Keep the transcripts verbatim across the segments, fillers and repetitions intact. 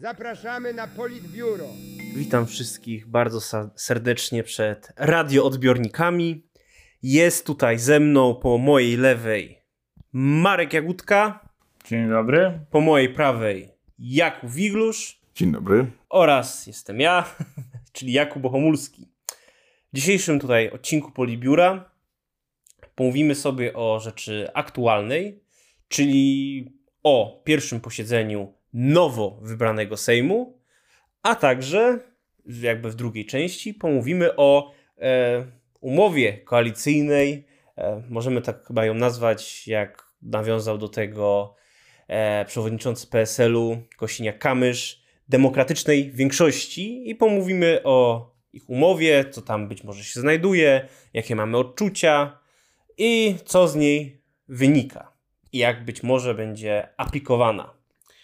Zapraszamy na Politbiuro. Witam wszystkich bardzo serdecznie przed radioodbiornikami. Jest tutaj ze mną po mojej lewej Marek Jagódka. Dzień dobry. Po mojej prawej Jakub Wiglusz. Dzień dobry. Oraz jestem ja, czyli Jakub Bohomulski. W dzisiejszym tutaj odcinku Politbiura pomówimy sobie o rzeczy aktualnej, czyli o pierwszym posiedzeniu nowo wybranego Sejmu, a także jakby w drugiej części pomówimy o e, umowie koalicyjnej, e, możemy tak chyba ją nazwać, jak nawiązał do tego e, przewodniczący P S L u Kosiniak-Kamysz, demokratycznej większości i pomówimy o ich umowie, co tam być może się znajduje, jakie mamy odczucia i co z niej wynika i jak być może będzie aplikowana.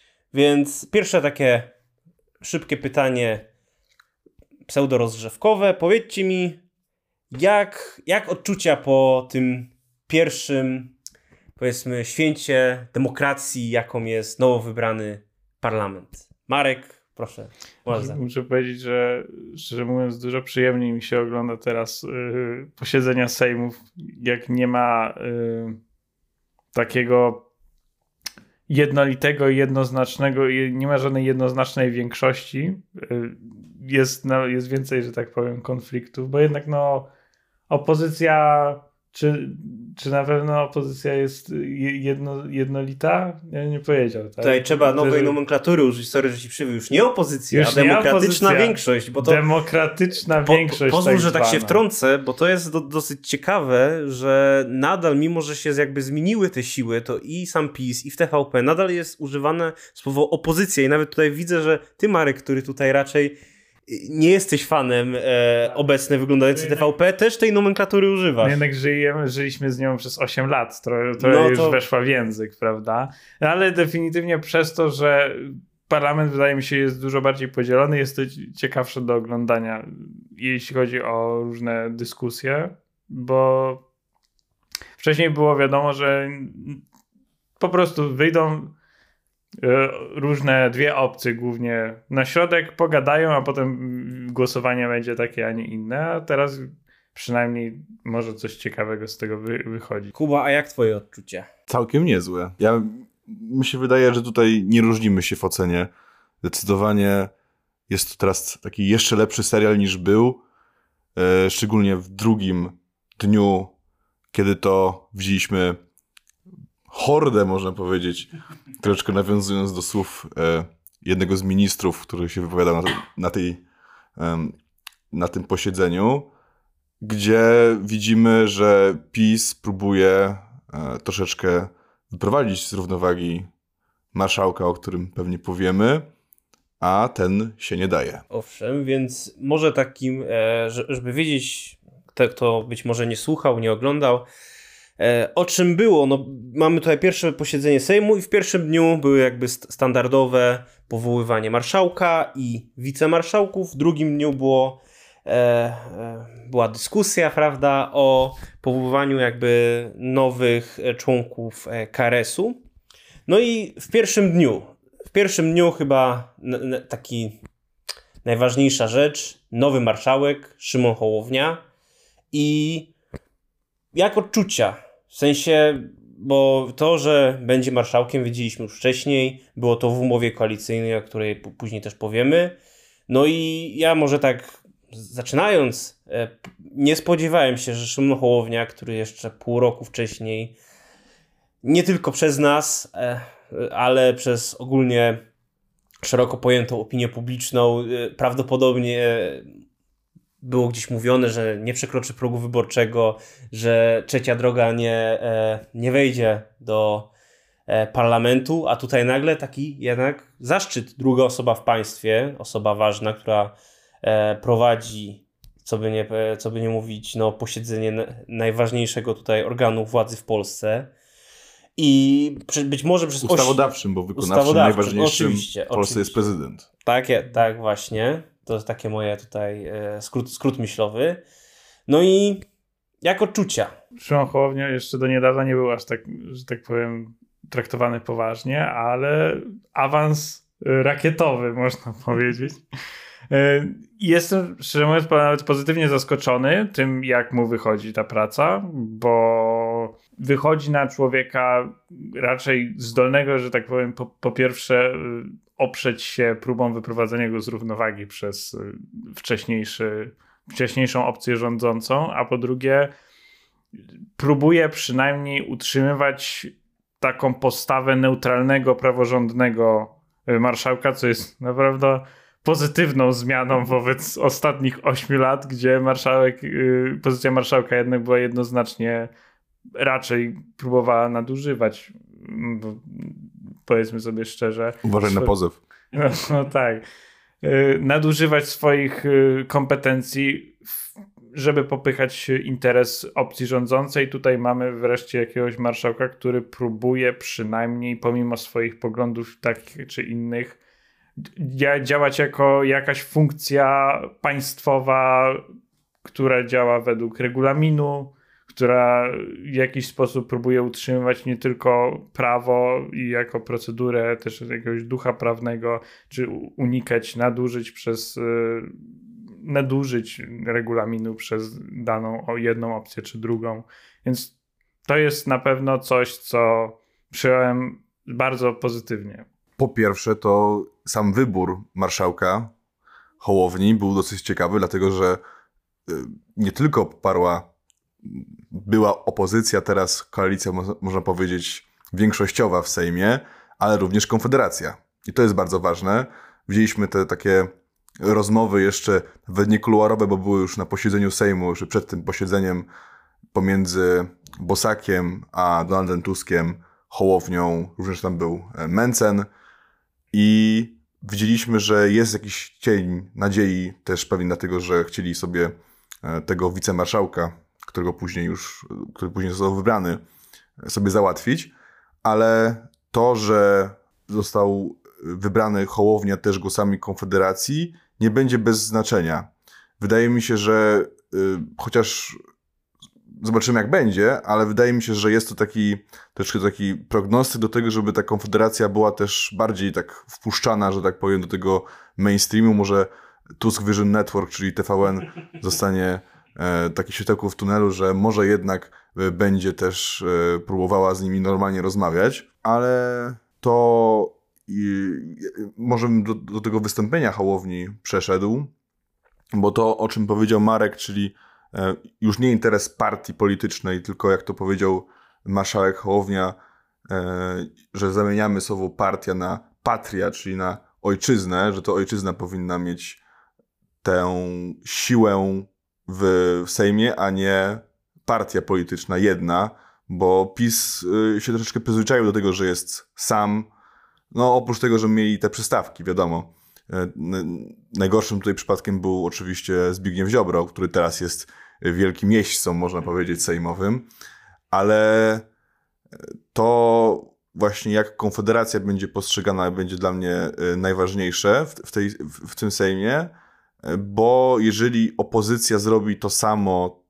Więc pierwsze takie szybkie pytanie pseudorozgrzewkowe. Powiedzcie mi, jak, jak odczucia po tym pierwszym, powiedzmy, święcie demokracji, jaką jest nowo wybrany parlament? Marek, proszę. Muszę, muszę powiedzieć, że szczerze mówiąc dużo przyjemniej mi się ogląda teraz yy, posiedzenia Sejmów, jak nie ma yy, takiego jednolitego, jednoznacznego, nie ma żadnej jednoznacznej większości. Jest, no, jest więcej, że tak powiem, konfliktów, bo jednak no opozycja, czy, czy na pewno opozycja jest jedno, jednolita? Ja nie powiedział. Tak? Tutaj trzeba nowej nomenklatury użyć, sorry, że ci przybył. Już nie opozycja, już a demokratyczna opozycja. Większość. Bo to demokratyczna po, większość. Pozwól, tak że tak zwana. się wtrącę, bo to jest do, dosyć ciekawe, że nadal, mimo że się jakby zmieniły te siły, to i sam PiS, i w T V P nadal jest używane słowo opozycja i nawet tutaj widzę, że ty, Marek, który tutaj raczej nie jesteś fanem e, obecny wyglądający T V P, też tej nomenklatury używasz. No jednak żyjemy, żyliśmy z nią przez osiem lat, to, to no już to... weszła w język, prawda? Ale definitywnie przez to, że parlament wydaje mi się jest dużo bardziej podzielony, jest to ciekawsze do oglądania, jeśli chodzi o różne dyskusje, bo wcześniej było wiadomo, że po prostu wyjdą różne dwie opcje głównie na środek, pogadają, a potem głosowanie będzie takie, a nie inne, a teraz przynajmniej może coś ciekawego z tego wy- wychodzi. Kuba, a jak twoje odczucia? Całkiem niezłe. Ja, mi się wydaje, że tutaj nie różnimy się w ocenie. Zdecydowanie jest to teraz taki jeszcze lepszy serial niż był, e, szczególnie w drugim dniu, kiedy to widzieliśmy hordę, można powiedzieć, troszeczkę nawiązując do słów e, jednego z ministrów, który się wypowiadał na, te, na, tej, e, na tym posiedzeniu, gdzie widzimy, że PiS próbuje e, troszeczkę wyprowadzić z równowagi marszałka, o którym pewnie powiemy, a ten się nie daje. Owszem, więc może takim, e, żeby wiedzieć, kto, kto być może nie słuchał, nie oglądał, o czym było? No, mamy tutaj pierwsze posiedzenie Sejmu i w pierwszym dniu były jakby standardowe powoływanie marszałka i wicemarszałków. W drugim dniu było, e, e, była dyskusja, prawda, o powoływaniu jakby nowych członków K R S u. No i w pierwszym dniu, w pierwszym dniu chyba n- n- taki najważniejsza rzecz, nowy marszałek Szymon Hołownia i jak odczucia? W sensie, bo to, że będzie marszałkiem, wiedzieliśmy już wcześniej, było to w umowie koalicyjnej, o której p- później też powiemy. No i ja może tak zaczynając, e, nie spodziewałem się, że Szymon Hołownia, który jeszcze pół roku wcześniej, nie tylko przez nas, e, ale przez ogólnie szeroko pojętą opinię publiczną, e, prawdopodobnie było gdzieś mówione, że nie przekroczy progu wyborczego, że Trzecia Droga nie, e, nie wejdzie do e, parlamentu, a tutaj nagle taki jednak zaszczyt, druga osoba w państwie, osoba ważna, która e, prowadzi, co by, nie, co by nie mówić, no, posiedzenie na, najważniejszego tutaj organu władzy w Polsce. I przy, być może przez... Ustawodawczym, bo wykonawczym najważniejszym oczywiście, w Polsce oczywiście. Jest prezydent. Tak, tak właśnie. To jest takie moje tutaj e, skrót, skrót myślowy. No i jak odczucia? Szymon Hołownia jeszcze do niedawna nie był aż tak, że tak powiem, traktowany poważnie, ale awans rakietowy, można powiedzieć. Jestem, szczerze mówiąc, nawet pozytywnie zaskoczony tym, jak mu wychodzi ta praca, bo wychodzi na człowieka raczej zdolnego, że tak powiem, po, po pierwsze oprzeć się próbą wyprowadzenia go z równowagi przez wcześniejszy, wcześniejszą opcję rządzącą, a po drugie próbuje przynajmniej utrzymywać taką postawę neutralnego, praworządnego marszałka, co jest naprawdę pozytywną zmianą wobec ostatnich ośmiu lat, gdzie marszałek, yy, pozycja marszałka jednak była jednoznacznie raczej próbowała nadużywać, bo, powiedzmy sobie szczerze. Uważaj na pozew. No, no tak. Yy, nadużywać swoich yy, kompetencji, żeby popychać interes opcji rządzącej. Tutaj mamy wreszcie jakiegoś marszałka, który próbuje przynajmniej pomimo swoich poglądów takich czy innych działać jako jakaś funkcja państwowa, która działa według regulaminu, która w jakiś sposób próbuje utrzymywać nie tylko prawo i jako procedurę też jakiegoś ducha prawnego, czy unikać nadużyć przez nadużyć regulaminu przez daną o jedną opcję czy drugą. Więc to jest na pewno coś, co przyjąłem bardzo pozytywnie. Po pierwsze, to sam wybór marszałka Hołowni był dosyć ciekawy, dlatego że nie tylko poparła była opozycja, teraz koalicja, można powiedzieć, większościowa w Sejmie, ale również Konfederacja. I to jest bardzo ważne. Widzieliśmy te takie rozmowy jeszcze nawet nie kuluarowe, bo były już na posiedzeniu Sejmu, już przed tym posiedzeniem pomiędzy Bosakiem a Donaldem Tuskiem, Hołownią, również tam był Mencen i widzieliśmy, że jest jakiś cień nadziei też pewnie dlatego, że chcieli sobie tego wicemarszałka, którego później już, który później został wybrany, sobie załatwić, ale to, że został wybrany Hołownia też głosami Konfederacji, nie będzie bez znaczenia. Wydaje mi się, że y, chociaż zobaczymy jak będzie, ale wydaje mi się, że jest to taki troszkę taki prognostyk do tego, żeby ta Konfederacja była też bardziej tak wpuszczana, że tak powiem, do tego mainstreamu. Może Tusk Vision Network, czyli T V N zostanie e, takie światełko w tunelu, że może jednak e, będzie też e, próbowała z nimi normalnie rozmawiać, ale to i, może bym do, do tego wystąpienia Hołowni przeszedł, bo to, o czym powiedział Marek, czyli e, już nie interes partii politycznej, tylko jak to powiedział marszałek Hołownia, e, że zamieniamy słowo partia na patria, czyli na ojczyznę, że to ojczyzna powinna mieć tę siłę w Sejmie, a nie partia polityczna jedna, bo PiS y, się troszeczkę przyzwyczaił do tego, że jest sam. No oprócz tego, że mieli te przystawki, wiadomo. Najgorszym tutaj przypadkiem był oczywiście Zbigniew Ziobro, który teraz jest wielkim jeźdźcą, można powiedzieć, sejmowym, ale to właśnie jak Konfederacja będzie postrzegana, będzie dla mnie najważniejsze w, tej, w tym Sejmie, bo jeżeli opozycja zrobi to samo,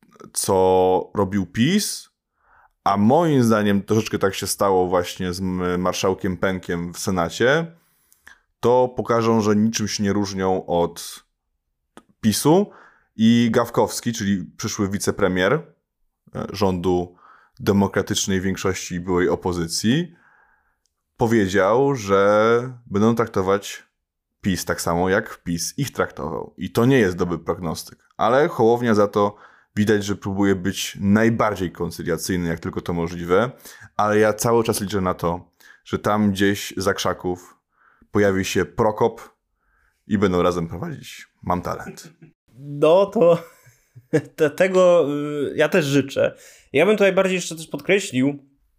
co robił PiS, a moim zdaniem troszeczkę tak się stało właśnie z marszałkiem Pękiem w Senacie, to pokażą, że niczym się nie różnią od PiSu i Gawkowski, czyli przyszły wicepremier rządu demokratycznej większości byłej opozycji, powiedział, że będą traktować PiS tak samo, jak PiS ich traktował. I to nie jest dobry prognostyk. Ale Hołownia za to widać, że próbuje być najbardziej koncyliacyjny, jak tylko to możliwe, ale ja cały czas liczę na to, że tam gdzieś za krzaków pojawi się Prokop i będą razem prowadzić Mam Talent. No to te, tego ja też życzę. Ja bym tutaj bardziej jeszcze też podkreślił,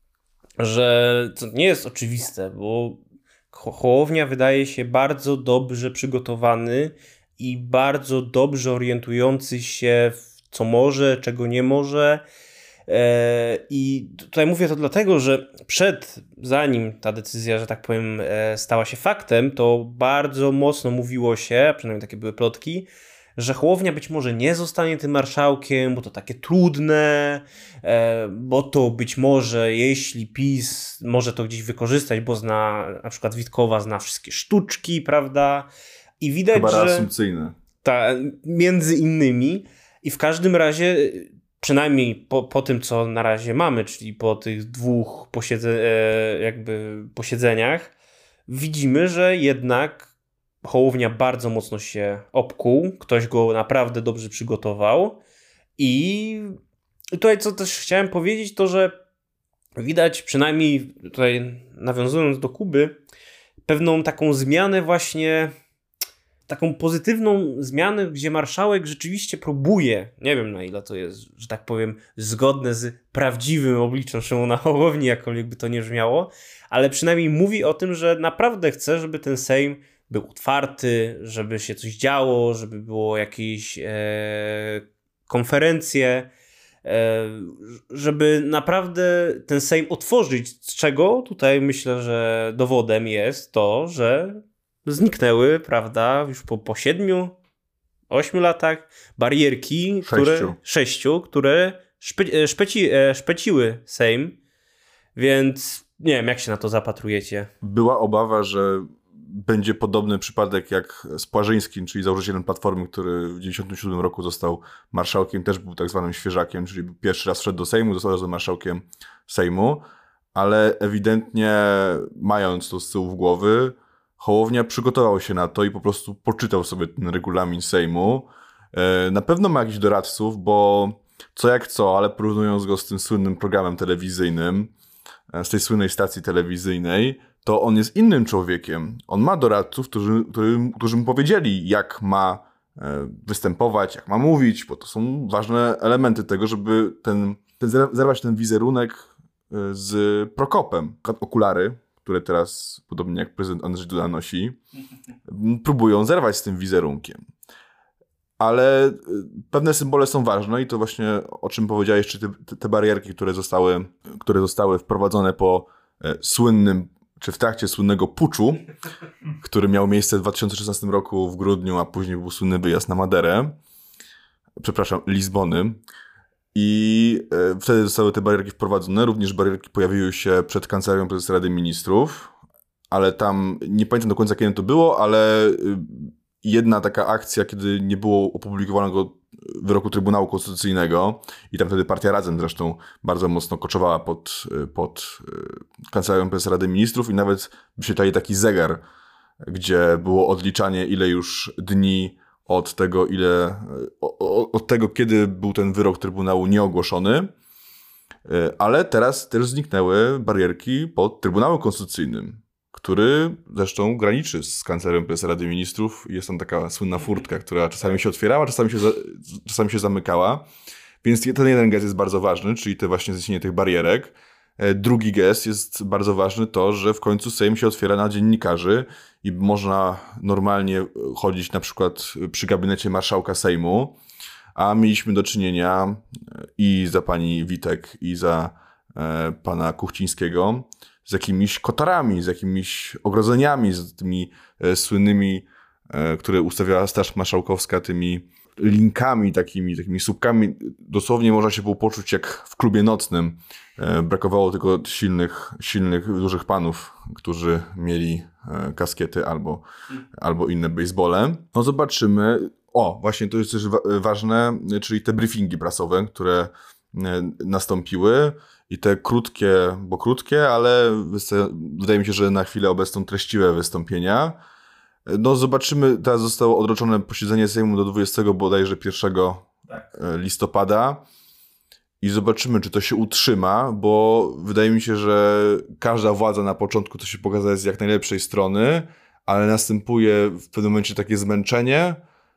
że to nie jest oczywiste, bo Hołownia wydaje się bardzo dobrze przygotowany i bardzo dobrze orientujący się w co może, czego nie może. I tutaj mówię to dlatego, że przed, zanim ta decyzja, że tak powiem, stała się faktem, to bardzo mocno mówiło się, przynajmniej takie były plotki, że Hołownia być może nie zostanie tym marszałkiem, bo to takie trudne, e, bo to być może, jeśli PiS może to gdzieś wykorzystać, bo zna, na przykład Witkowa zna wszystkie sztuczki, prawda? I widać, Chyba że... reasumpcyjne. Ta, między innymi. I w każdym razie, przynajmniej po, po tym, co na razie mamy, czyli po tych dwóch posiedze, e, jakby posiedzeniach, widzimy, że jednak Hołownia bardzo mocno się obkuł, ktoś go naprawdę dobrze przygotował i tutaj co też chciałem powiedzieć, to że widać przynajmniej tutaj nawiązując do Kuby, pewną taką zmianę właśnie, taką pozytywną zmianę, gdzie marszałek rzeczywiście próbuje, nie wiem na ile to jest, że tak powiem, zgodne z prawdziwym obliczem Szymona Hołowni, jakkolwiek by to nie brzmiało, ale przynajmniej mówi o tym, że naprawdę chce, żeby ten Sejm był otwarty, żeby się coś działo, żeby było jakieś e, konferencje, e, żeby naprawdę ten Sejm otworzyć, z czego tutaj myślę, że dowodem jest to, że zniknęły, prawda, już po, po siedmiu, ośmiu latach barierki, Sześciu. które, sześciu, które szpe, szpeci, szpeciły Sejm, więc nie wiem, jak się na to zapatrujecie. Była obawa, że będzie podobny przypadek jak z Płażyńskim, czyli założycielem Platformy, który w dziewięćdziesiątym siódmym roku został marszałkiem, też był tak zwanym świeżakiem, czyli pierwszy raz wszedł do Sejmu, został razem marszałkiem Sejmu, ale ewidentnie mając to z tyłu głowy, Hołownia przygotował się na to i po prostu poczytał sobie ten regulamin Sejmu. Na pewno ma jakichś doradców, bo co jak co, ale porównując go z tym słynnym programem telewizyjnym, z tej słynnej stacji telewizyjnej, to on jest innym człowiekiem. On ma doradców, którzy, którzy, którzy mu powiedzieli, jak ma występować, jak ma mówić, bo to są ważne elementy tego, żeby ten, ten zerwać ten wizerunek z Prokopem. Okulary, które teraz, podobnie jak prezydent Andrzej Duda nosi, próbują zerwać z tym wizerunkiem. Ale pewne symbole są ważne i to właśnie, o czym powiedziałeś, czy te, te barierki, które zostały, które zostały wprowadzone po e, słynnym, czy w trakcie słynnego puczu, który miał miejsce w dwa tysiące szesnastym roku w grudniu, a później był słynny wyjazd na Maderę, przepraszam, Lizbony. I e, wtedy zostały te barierki wprowadzone. Również barierki pojawiły się przed Kancelarią Prezesa Rady Ministrów, ale tam, nie pamiętam do końca kiedy to było, ale jedna taka akcja, kiedy nie było opublikowanego wyroku Trybunału Konstytucyjnego i tam wtedy Partia Razem zresztą bardzo mocno koczowała pod, pod Kancelarią Prezesa Rady Ministrów i nawet wyświetlali taki zegar, gdzie było odliczanie ile już dni od tego, ile, od tego, kiedy był ten wyrok Trybunału nieogłoszony, ale teraz też zniknęły barierki pod Trybunałem Konstytucyjnym, który zresztą graniczy z Kancelarią Prezesa Rady Ministrów. Jest tam taka słynna furtka, która czasami się otwierała, czasami się, za, czasami się zamykała, więc ten jeden gest jest bardzo ważny, czyli te właśnie zniesienie tych barierek. Drugi gest jest bardzo ważny to, że w końcu Sejm się otwiera na dziennikarzy i można normalnie chodzić na przykład przy gabinecie marszałka Sejmu, a mieliśmy do czynienia i za pani Witek, i za e, pana Kuchcińskiego z jakimiś kotarami, z jakimiś ogrodzeniami, z tymi e, słynnymi, e, które ustawiała Straż Marszałkowska, tymi linkami, takimi, takimi słupkami. Dosłownie można się było poczuć jak w klubie nocnym. E, brakowało tylko silnych, silnych, dużych panów, którzy mieli e, kaskiety albo, albo inne basebole. No zobaczymy. O, właśnie to jest też wa- ważne, czyli te briefingi prasowe, które e, nastąpiły i te krótkie, bo krótkie, ale wydaje mi się, że na chwilę obecną treściwe wystąpienia. No zobaczymy, teraz zostało odroczone posiedzenie Sejmu do dwudziestego bodajże pierwszego tak. listopada i zobaczymy, czy to się utrzyma, bo wydaje mi się, że każda władza na początku to się pokazuje z jak najlepszej strony, ale następuje w pewnym momencie takie zmęczenie,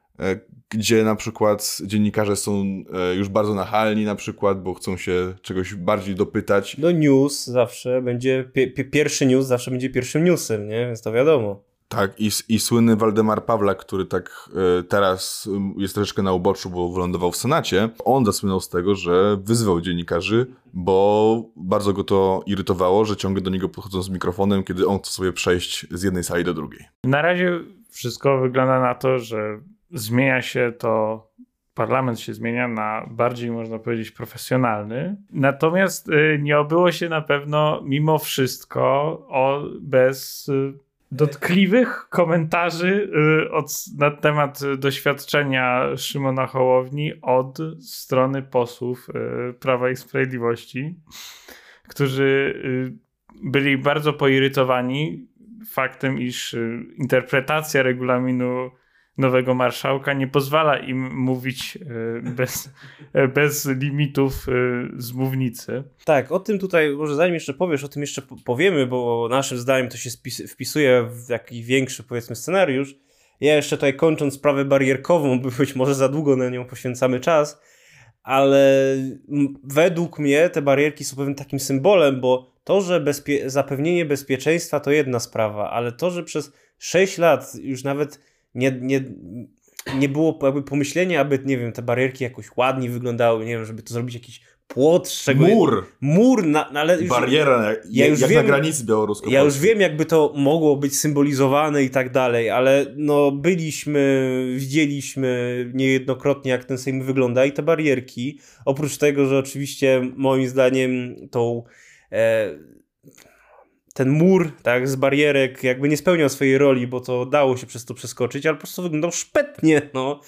gdzie na przykład dziennikarze są już bardzo nachalni na przykład, bo chcą się czegoś bardziej dopytać. No news zawsze będzie, pi- pierwszy news zawsze będzie pierwszym newsem, nie? Więc to wiadomo. Tak, i, i słynny Waldemar Pawlak, który tak y, teraz jest troszeczkę na uboczu, bo wylądował w Senacie, on zasłynął z tego, że wyzywał dziennikarzy, bo bardzo go to irytowało, że ciągle do niego podchodzą z mikrofonem, kiedy on chce sobie przejść z jednej sali do drugiej. Na razie wszystko wygląda na to, że zmienia się to, parlament się zmienia na bardziej, można powiedzieć, profesjonalny. Natomiast y, nie obyło się na pewno mimo wszystko o, bez y, dotkliwych komentarzy y, od, na temat doświadczenia Szymona Hołowni od strony posłów y, Prawa i Sprawiedliwości, którzy y, byli bardzo poirytowani faktem, iż y, interpretacja regulaminu nowego marszałka nie pozwala im mówić y, bez, bez limitów y, z mównicy. Tak, o tym tutaj, może zanim jeszcze powiesz, o tym jeszcze powiemy, bo naszym zdaniem to się spis- wpisuje w taki większy, powiedzmy, scenariusz. Ja jeszcze tutaj kończąc sprawę barierkową, bo być może za długo na nią poświęcamy czas, ale m- według mnie te barierki są pewnym takim symbolem, bo to, że bezpie- zapewnienie bezpieczeństwa to jedna sprawa, ale to, że przez sześć lat już nawet Nie, nie, nie było jakby pomyślenia, aby, nie wiem, te barierki jakoś ładnie wyglądały, nie wiem, żeby to zrobić jakiś płot, z czego... Mur! Mur, na, na, ale już, Bariera, jak, ja już jak wiem, na granicy białorusko-polskiej. Ja już wiem, jakby to mogło być symbolizowane i tak dalej, ale no byliśmy, widzieliśmy niejednokrotnie, jak ten Sejm wygląda i te barierki, oprócz tego, że oczywiście moim zdaniem tą... E, ten mur, tak, z barierek jakby nie spełniał swojej roli, bo to dało się przez to przeskoczyć, ale po prostu wyglądał szpetnie, no.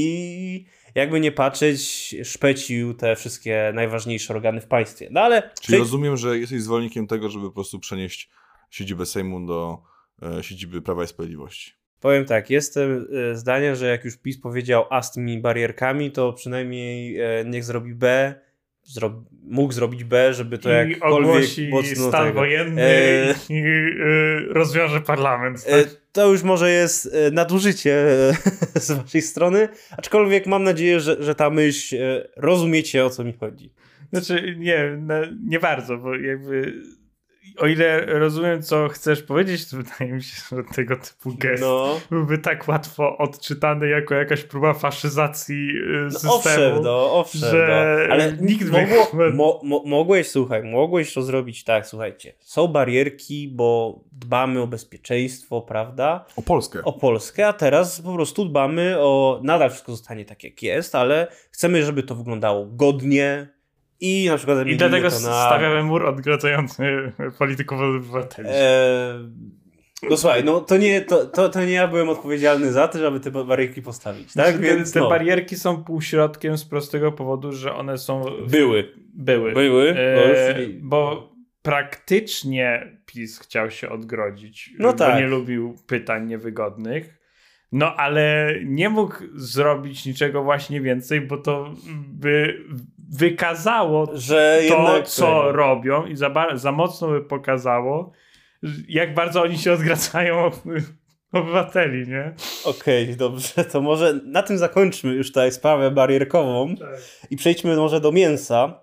I jakby nie patrzeć, szpecił te wszystkie najważniejsze organy w państwie. No ale... Czyli przejdź... rozumiem, że jesteś zwolennikiem tego, żeby po prostu przenieść siedzibę Sejmu do e, siedziby Prawa i Sprawiedliwości. Powiem tak, jestem e, zdania, że jak już PiS powiedział A z tymi barierkami, to przynajmniej e, niech zrobi B, Zro- mógł zrobić B, żeby to I jakkolwiek ogłosi mocno stan tego. wojenny E... i e, rozwiąże parlament. Tak? E, to już może jest e, nadużycie e, z waszej strony, aczkolwiek mam nadzieję, że, że ta myśl e, rozumiecie, o co mi chodzi. Znaczy, nie, no, nie bardzo, bo jakby o ile rozumiem, co chcesz powiedzieć, to wydaje mi się, że tego typu gest No. byłby tak łatwo odczytany jako jakaś próba faszyzacji y, systemu. No owszem, no, owszem, że no. Ale nikt mogło, by... mo, mo, mogłeś, słuchaj, mogłeś to zrobić tak, słuchajcie, są barierki, bo dbamy o bezpieczeństwo, prawda? O Polskę. O Polskę, a teraz po prostu dbamy o, nadal wszystko zostanie tak jak jest, ale chcemy, żeby to wyglądało godnie, i na przykład I dlatego to na... stawiamy mur odgradzający polityków od obywateli. Eee, no słuchaj, no to nie, to, to, to nie ja byłem odpowiedzialny za to, żeby te barierki postawić, tak? Te, Więc te no. barierki są półśrodkiem z prostego powodu, że one są... Były. Były. Były. E, już... bo praktycznie PiS chciał się odgrodzić, No bo tak. nie lubił pytań niewygodnych. No ale nie mógł zrobić niczego właśnie więcej, bo to by wykazało że to, jednak co robią i za, bar- za mocno by pokazało, jak bardzo oni się odgradzają od obywateli, nie? Okej, okay, dobrze, to może na tym zakończmy już tutaj sprawę barierkową Tak. i przejdźmy może do mięsa.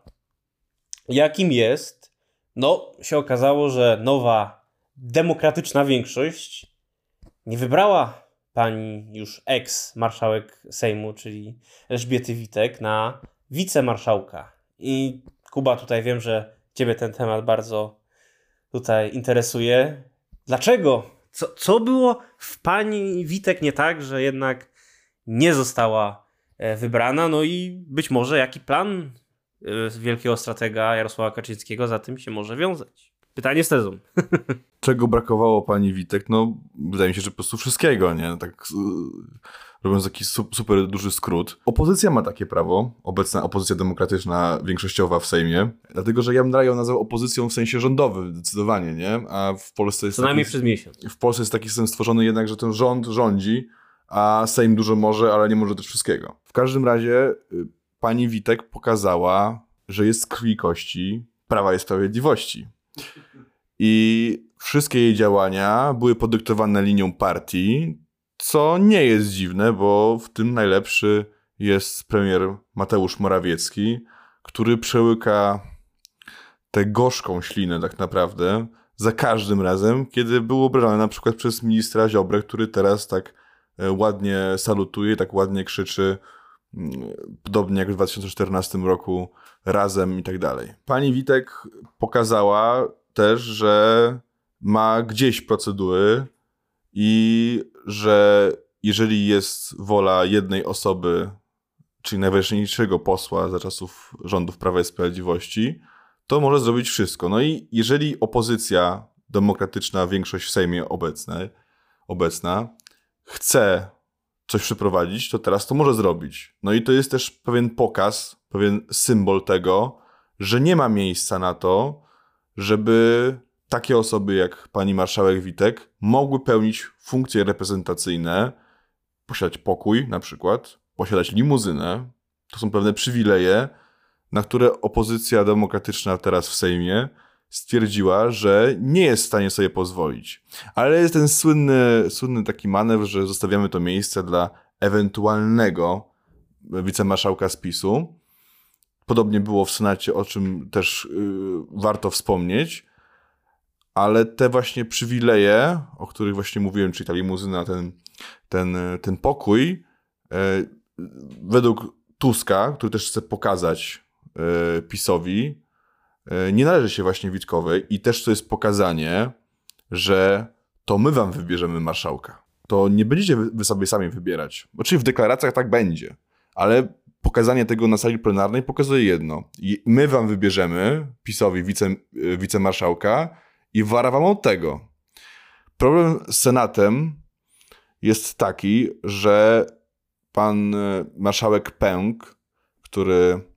Jakim jest? No, się okazało, że nowa demokratyczna większość nie wybrała pani już ex-marszałek Sejmu, czyli Elżbiety Witek, na wicemarszałka. I Kuba, tutaj wiem, że ciebie ten temat bardzo tutaj interesuje. Dlaczego? Co, co było w pani Witek nie tak, że jednak nie została wybrana? No i być może jaki plan wielkiego stratega Jarosława Kaczyńskiego za tym się może wiązać? Pytanie z tezą. Czego brakowało pani Witek? No, wydaje mi się, że po prostu wszystkiego, nie? Tak robiąc taki su- super duży skrót. Opozycja ma takie prawo, obecna opozycja demokratyczna, większościowa w Sejmie, dlatego, że ja bym ją nazwał opozycją w sensie rządowym, zdecydowanie, nie? A w Polsce jest Co najmniej taki, przez miesiąc. w Polsce jest taki system stworzony jednak, że ten rząd rządzi, a Sejm dużo może, ale nie może też wszystkiego. W każdym razie y, pani Witek pokazała, że jest z krwi i kości Prawa i Sprawiedliwości. I wszystkie jej działania były podyktowane linią partii, co nie jest dziwne, bo w tym najlepszy jest premier Mateusz Morawiecki, który przełyka tę gorzką ślinę tak naprawdę za każdym razem, kiedy był obrażany na przykład przez ministra Ziobrę, który teraz tak ładnie salutuje, tak ładnie krzyczy, podobnie jak w dwa tysiące czternastym roku razem i tak dalej. Pani Witek pokazała też, że ma gdzieś procedury i że jeżeli jest wola jednej osoby, czyli najważniejszego posła za czasów rządów Prawa i Sprawiedliwości, to może zrobić wszystko. No i jeżeli opozycja, demokratyczna większość w Sejmie obecnej, obecna, chce coś przeprowadzić, to teraz to może zrobić. No i to jest też pewien pokaz, pewien symbol tego, że nie ma miejsca na to, żeby takie osoby jak pani marszałek Witek mogły pełnić funkcje reprezentacyjne, posiadać pokój na przykład, posiadać limuzynę. To są pewne przywileje, na które opozycja demokratyczna teraz w Sejmie stwierdziła, że nie jest w stanie sobie pozwolić. Ale jest ten słynny, słynny taki manewr, że zostawiamy to miejsce dla ewentualnego wicemarszałka z PiSu. Podobnie było w Senacie, o czym też yy, warto wspomnieć. Ale te właśnie przywileje, o których właśnie mówiłem, czyli ta limuzyna, ten, ten, ten pokój, yy, według Tuska, który też chce pokazać yy, PiSowi, nie należy się właśnie Witkowej i też to jest pokazanie, że to my wam wybierzemy marszałka. To nie będziecie wy sobie sami wybierać. Oczywiście w deklaracjach tak będzie, ale pokazanie tego na sali plenarnej pokazuje jedno. My wam wybierzemy, PiSowi, wice, wicemarszałka i wara wam od tego. Problem z Senatem jest taki, że pan marszałek Pęk, który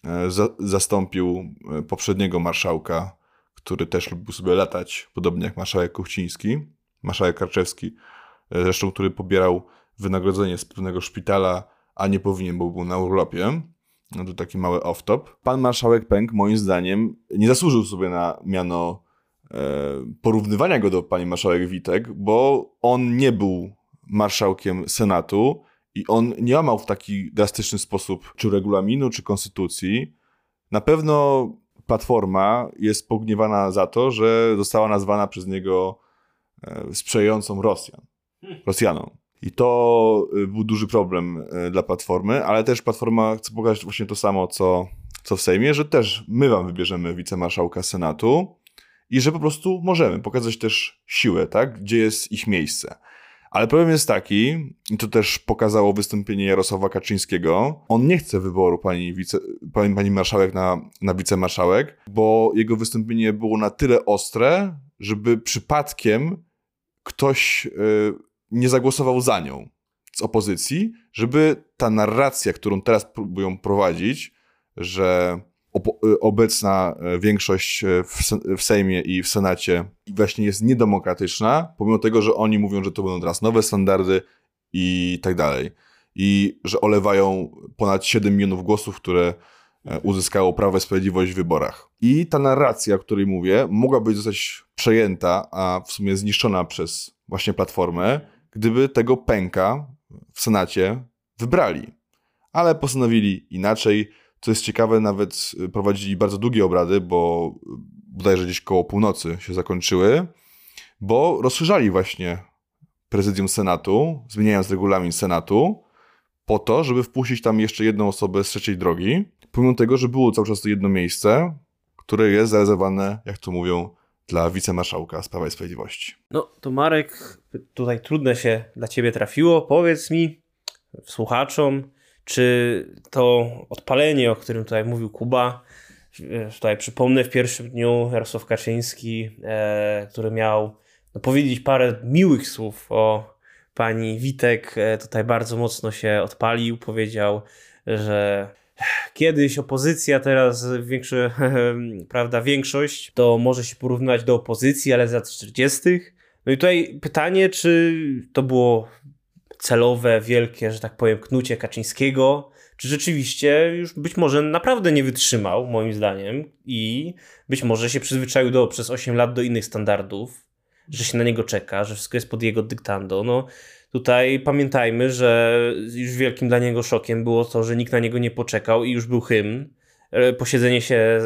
zastąpił poprzedniego marszałka, który też lubił sobie latać, podobnie jak marszałek Kuchciński, marszałek Karczewski, zresztą który pobierał wynagrodzenie z pewnego szpitala, a nie powinien, bo był na urlopie. No to taki mały off-top. Pan marszałek Pęk, moim zdaniem, nie zasłużył sobie na miano e, porównywania go do pani marszałek Witek, bo on nie był marszałkiem Senatu, i on nie łamał w taki drastyczny sposób czy regulaminu, czy konstytucji. Na pewno Platforma jest pogniewana za to, że została nazwana przez niego sprzyjającą Rosjan, Rosjanom. I to był duży problem dla Platformy, ale też Platforma chce pokazać właśnie to samo, co, co w Sejmie, że też my wam wybierzemy wicemarszałka Senatu i że po prostu możemy pokazać też siłę, tak? Gdzie jest ich miejsce. Ale problem jest taki, i to też pokazało wystąpienie Jarosława Kaczyńskiego, on nie chce wyboru pani, wice, pani, pani marszałek na, na wicemarszałek, bo jego wystąpienie było na tyle ostre, żeby przypadkiem ktoś yy, nie zagłosował za nią z opozycji, żeby ta narracja, którą teraz próbują prowadzić, że obecna większość w Sejmie i w Senacie właśnie jest niedemokratyczna, pomimo tego, że oni mówią, że to będą teraz nowe standardy i tak dalej. I że olewają ponad siedem milionów głosów, które uzyskało Prawo i Sprawiedliwość w wyborach. I ta narracja, o której mówię, mogłaby zostać przejęta, a w sumie zniszczona przez właśnie Platformę, gdyby tego Pęka w Senacie wybrali. Ale postanowili inaczej. Co jest ciekawe, nawet prowadzili bardzo długie obrady, bo bodajże gdzieś koło północy się zakończyły, bo rozszerzali właśnie prezydium Senatu, zmieniając regulamin Senatu, po to, żeby wpuścić tam jeszcze jedną osobę z trzeciej drogi, pomimo tego, że było cały czas to jedno miejsce, które jest zarezerwowane, jak to mówią, dla wicemarszałka z Prawa i Sprawiedliwości. No to Marek, tutaj trudne się dla ciebie trafiło. Powiedz mi, słuchaczom, czy to odpalenie, o którym tutaj mówił Kuba, tutaj przypomnę, w pierwszym dniu Jarosław Kaczyński, e, który miał no, powiedzieć parę miłych słów o pani Witek, e, tutaj bardzo mocno się odpalił, powiedział, że kiedyś opozycja, teraz większy, prawda, większość, to może się porównywać do opozycji, ale za czterdziestych. No i tutaj pytanie, czy to było celowe, wielkie, że tak powiem, knucie Kaczyńskiego, czy rzeczywiście już być może naprawdę nie wytrzymał, moim zdaniem, i być może się przyzwyczaił do, przez osiem lat do innych standardów, że się na niego czeka, że wszystko jest pod jego dyktando. No tutaj pamiętajmy, że już wielkim dla niego szokiem było to, że nikt na niego nie poczekał i już był hymn. Posiedzenie się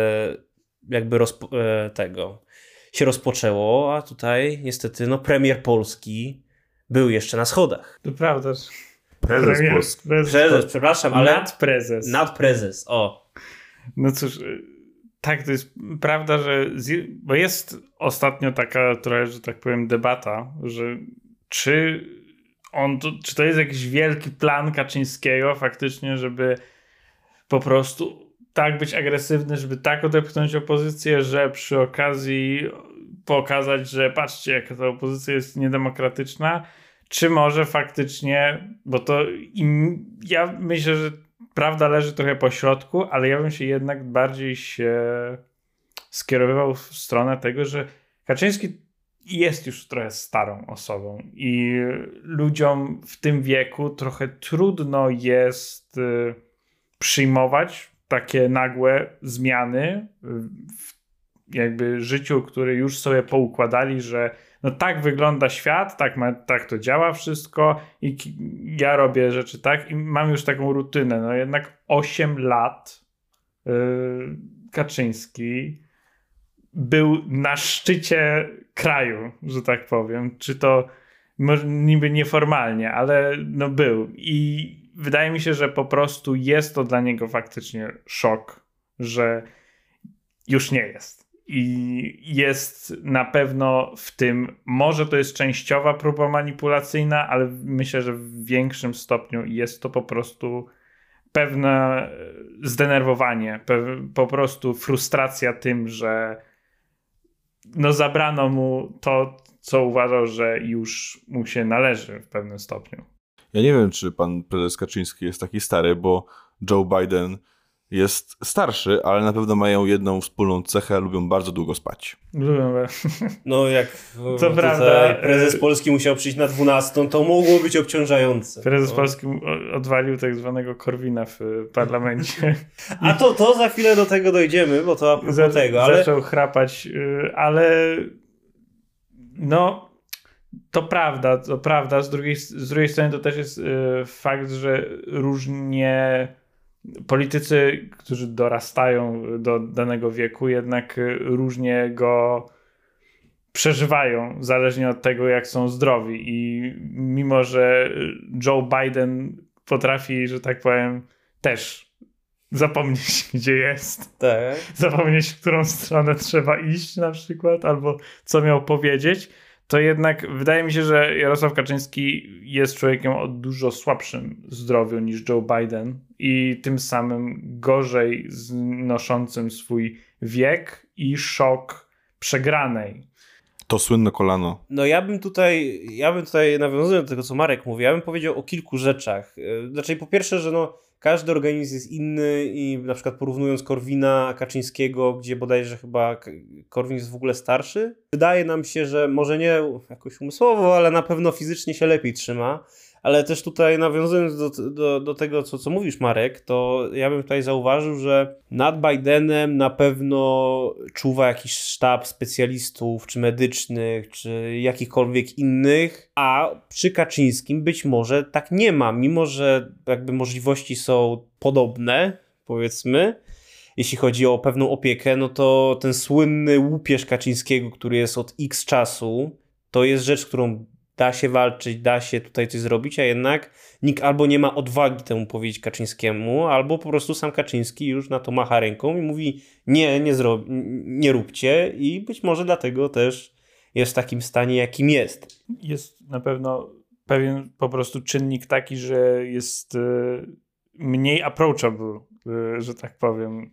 jakby rozpo, tego się rozpoczęło, a tutaj niestety no premier Polski był jeszcze na schodach. To prawda. Prezes Polski. Prezes, prezes, przepraszam, ale... Nadprezes. Nadprezes, o. No cóż, tak, to jest prawda, że... Z... Bo jest ostatnio taka trochę, że tak powiem, debata, że czy on to, czy to jest jakiś wielki plan Kaczyńskiego faktycznie, żeby po prostu tak być agresywny, żeby tak odepchnąć opozycję, że przy okazji pokazać, że patrzcie, jaka ta opozycja jest niedemokratyczna, czy może faktycznie, bo to im, ja myślę, że prawda leży trochę po środku, ale ja bym się jednak bardziej się skierowywał w stronę tego, że Kaczyński jest już trochę starą osobą i ludziom w tym wieku trochę trudno jest y, przyjmować takie nagłe zmiany w jakby życiu, które już sobie poukładali, że no tak wygląda świat, tak, ma, tak to działa wszystko i ki- ja robię rzeczy tak i mam już taką rutynę. No jednak osiem lat yy, Kaczyński był na szczycie kraju, że tak powiem. Czy to może niby nieformalnie, ale no był. I wydaje mi się, że po prostu jest to dla niego faktycznie szok, że już nie jest. I jest na pewno w tym, może to jest częściowa próba manipulacyjna, ale myślę, że w większym stopniu jest to po prostu pewne zdenerwowanie, pe- po prostu frustracja tym, że no zabrano mu to, co uważał, że już mu się należy w pewnym stopniu. Ja nie wiem, czy pan prezes Kaczyński jest taki stary, bo Joe Biden jest starszy, ale na pewno mają jedną wspólną cechę, lubią bardzo długo spać. Lubią. No jak Co prawda, prezes Polski musiał przyjść na dwunastą, to mogło być obciążające. Prezes no. Polski odwalił tak zwanego Korwina w parlamencie. A to, to za chwilę do tego dojdziemy, bo to a propos Za, tego, ale... Zaczął chrapać, ale no to prawda, to prawda. Z drugiej, z drugiej strony to też jest fakt, że różnie politycy, którzy dorastają do danego wieku, jednak różnie go przeżywają, zależnie od tego, jak są zdrowi. I mimo, że Joe Biden potrafi, że tak powiem, też zapomnieć, gdzie jest. Tak. Zapomnieć, w którą stronę trzeba iść na przykład, albo co miał powiedzieć, to jednak wydaje mi się, że Jarosław Kaczyński jest człowiekiem o dużo słabszym zdrowiu niż Joe Biden i tym samym gorzej znoszącym swój wiek i szok przegranej. To słynne kolano. No ja bym tutaj, ja bym tutaj nawiązując do tego, co Marek mówi, ja bym powiedział o kilku rzeczach. Znaczy po pierwsze, że no każdy organizm jest inny i na przykład porównując Korwina, Kaczyńskiego, gdzie bodajże chyba Korwin jest w ogóle starszy, wydaje nam się, że może nie jakoś umysłowo, ale na pewno fizycznie się lepiej trzyma. Ale też tutaj nawiązując do, do, do tego, co, co mówisz, Marek, to ja bym tutaj zauważył, że nad Bidenem na pewno czuwa jakiś sztab specjalistów, czy medycznych, czy jakichkolwiek innych, a przy Kaczyńskim być może tak nie ma, mimo że jakby możliwości są podobne, powiedzmy, jeśli chodzi o pewną opiekę, no to ten słynny łupież Kaczyńskiego, który jest od X czasu, to jest rzecz, którą da się walczyć, da się tutaj coś zrobić, a jednak nikt albo nie ma odwagi temu powiedzieć Kaczyńskiemu, albo po prostu sam Kaczyński już na to macha ręką i mówi nie, nie, zro- nie róbcie i być może dlatego też jest w takim stanie, jakim jest. Jest na pewno pewien po prostu czynnik taki, że jest mniej approachable, że tak powiem,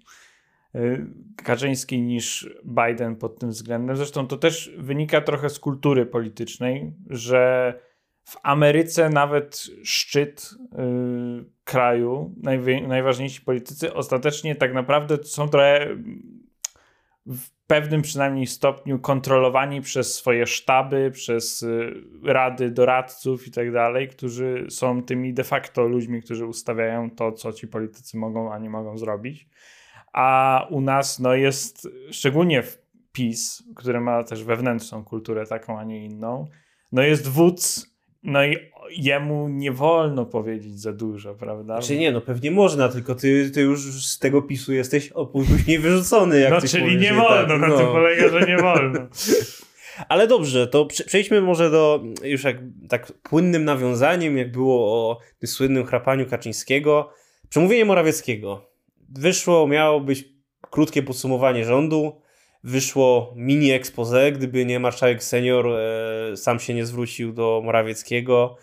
Kaczyński niż Biden pod tym względem. Zresztą to też wynika trochę z kultury politycznej, że w Ameryce nawet szczyt yy, kraju, najwi- najważniejsi politycy ostatecznie tak naprawdę są trochę w pewnym przynajmniej stopniu kontrolowani przez swoje sztaby, przez y, rady doradców i tak dalej, którzy są tymi de facto ludźmi, którzy ustawiają to, co ci politycy mogą, a nie mogą zrobić. A u nas no jest, szczególnie w PiS, który ma też wewnętrzną kulturę taką, a nie inną, no jest wódz, no i jemu nie wolno powiedzieć za dużo, prawda? Znaczy nie, no pewnie można, tylko ty, ty już z tego PiSu jesteś o, później wyrzucony. Jak no ty czyli powiesz, nie że wolno, tak, na no. tym polega, że nie wolno. Ale dobrze, to przejdźmy może do już jak tak płynnym nawiązaniem, jak było o tym słynnym chrapaniu Kaczyńskiego. Przemówienie Morawieckiego. Wyszło, miało być krótkie podsumowanie rządu, wyszło mini expose, gdyby nie marszałek senior e, sam się nie zwrócił do Morawieckiego.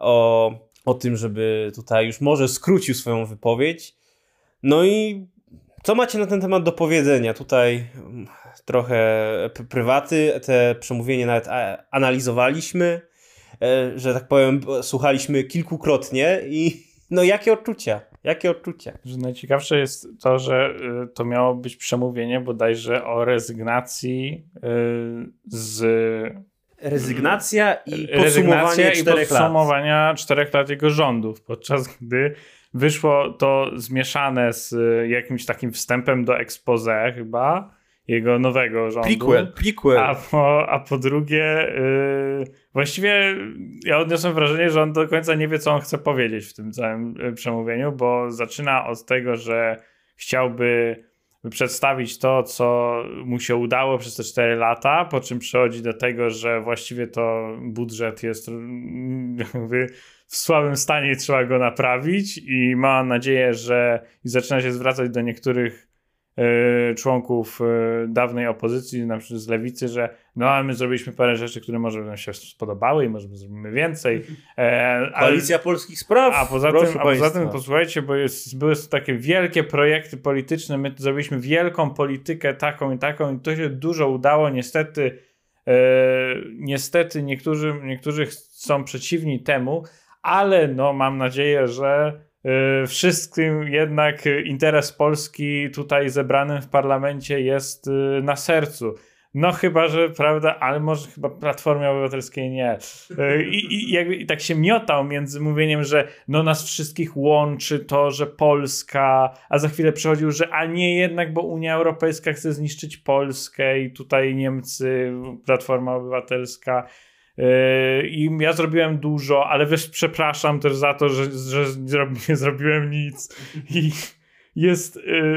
o, o tym, żeby tutaj już może skrócił swoją wypowiedź. No i co macie na ten temat do powiedzenia? Tutaj trochę prywaty, te przemówienie nawet analizowaliśmy, że tak powiem, słuchaliśmy kilkukrotnie i no jakie odczucia? Jakie odczucia? Że najciekawsze jest to, że to miało być przemówienie bodajże o rezygnacji z... Rezygnacja i podsumowanie rezygnacja czterech i podsumowania lat. czterech lat jego rządów, podczas gdy wyszło to zmieszane z jakimś takim wstępem do expose chyba, jego nowego rządu. Prequel, prequel. A po, a po drugie, yy, właściwie ja odniosłem wrażenie, że on do końca nie wie, co on chce powiedzieć w tym całym przemówieniu, bo zaczyna od tego, że chciałby przedstawić to, co mu się udało przez te cztery lata, po czym przechodzi do tego, że właściwie to budżet jest jakby w słabym stanie i trzeba go naprawić i ma nadzieję, że i zaczyna się zwracać do niektórych y, członków y, dawnej opozycji, na przykład z lewicy, że no ale my zrobiliśmy parę rzeczy, które może nam się spodobały i może zrobimy więcej. E, Koalicja ale, Polskich Spraw. A poza tym, a poza tym posłuchajcie, bo jest, były takie wielkie projekty polityczne, my zrobiliśmy wielką politykę taką i taką i to się dużo udało. Niestety e, niestety niektórzy, niektórzy są przeciwni temu, ale no mam nadzieję, że y, wszystkim jednak interes Polski tutaj zebranym w parlamencie jest y, na sercu. No chyba, że prawda, ale może chyba Platformie Obywatelskiej nie. Y, i, jakby, I tak się miotał między mówieniem, że no nas wszystkich łączy to, że Polska, a za chwilę przychodził, że a nie jednak, bo Unia Europejska chce zniszczyć Polskę i tutaj Niemcy, Platforma Obywatelska. I ja zrobiłem dużo, ale wiesz, przepraszam też za to, że, że nie zrobiłem nic. I jest...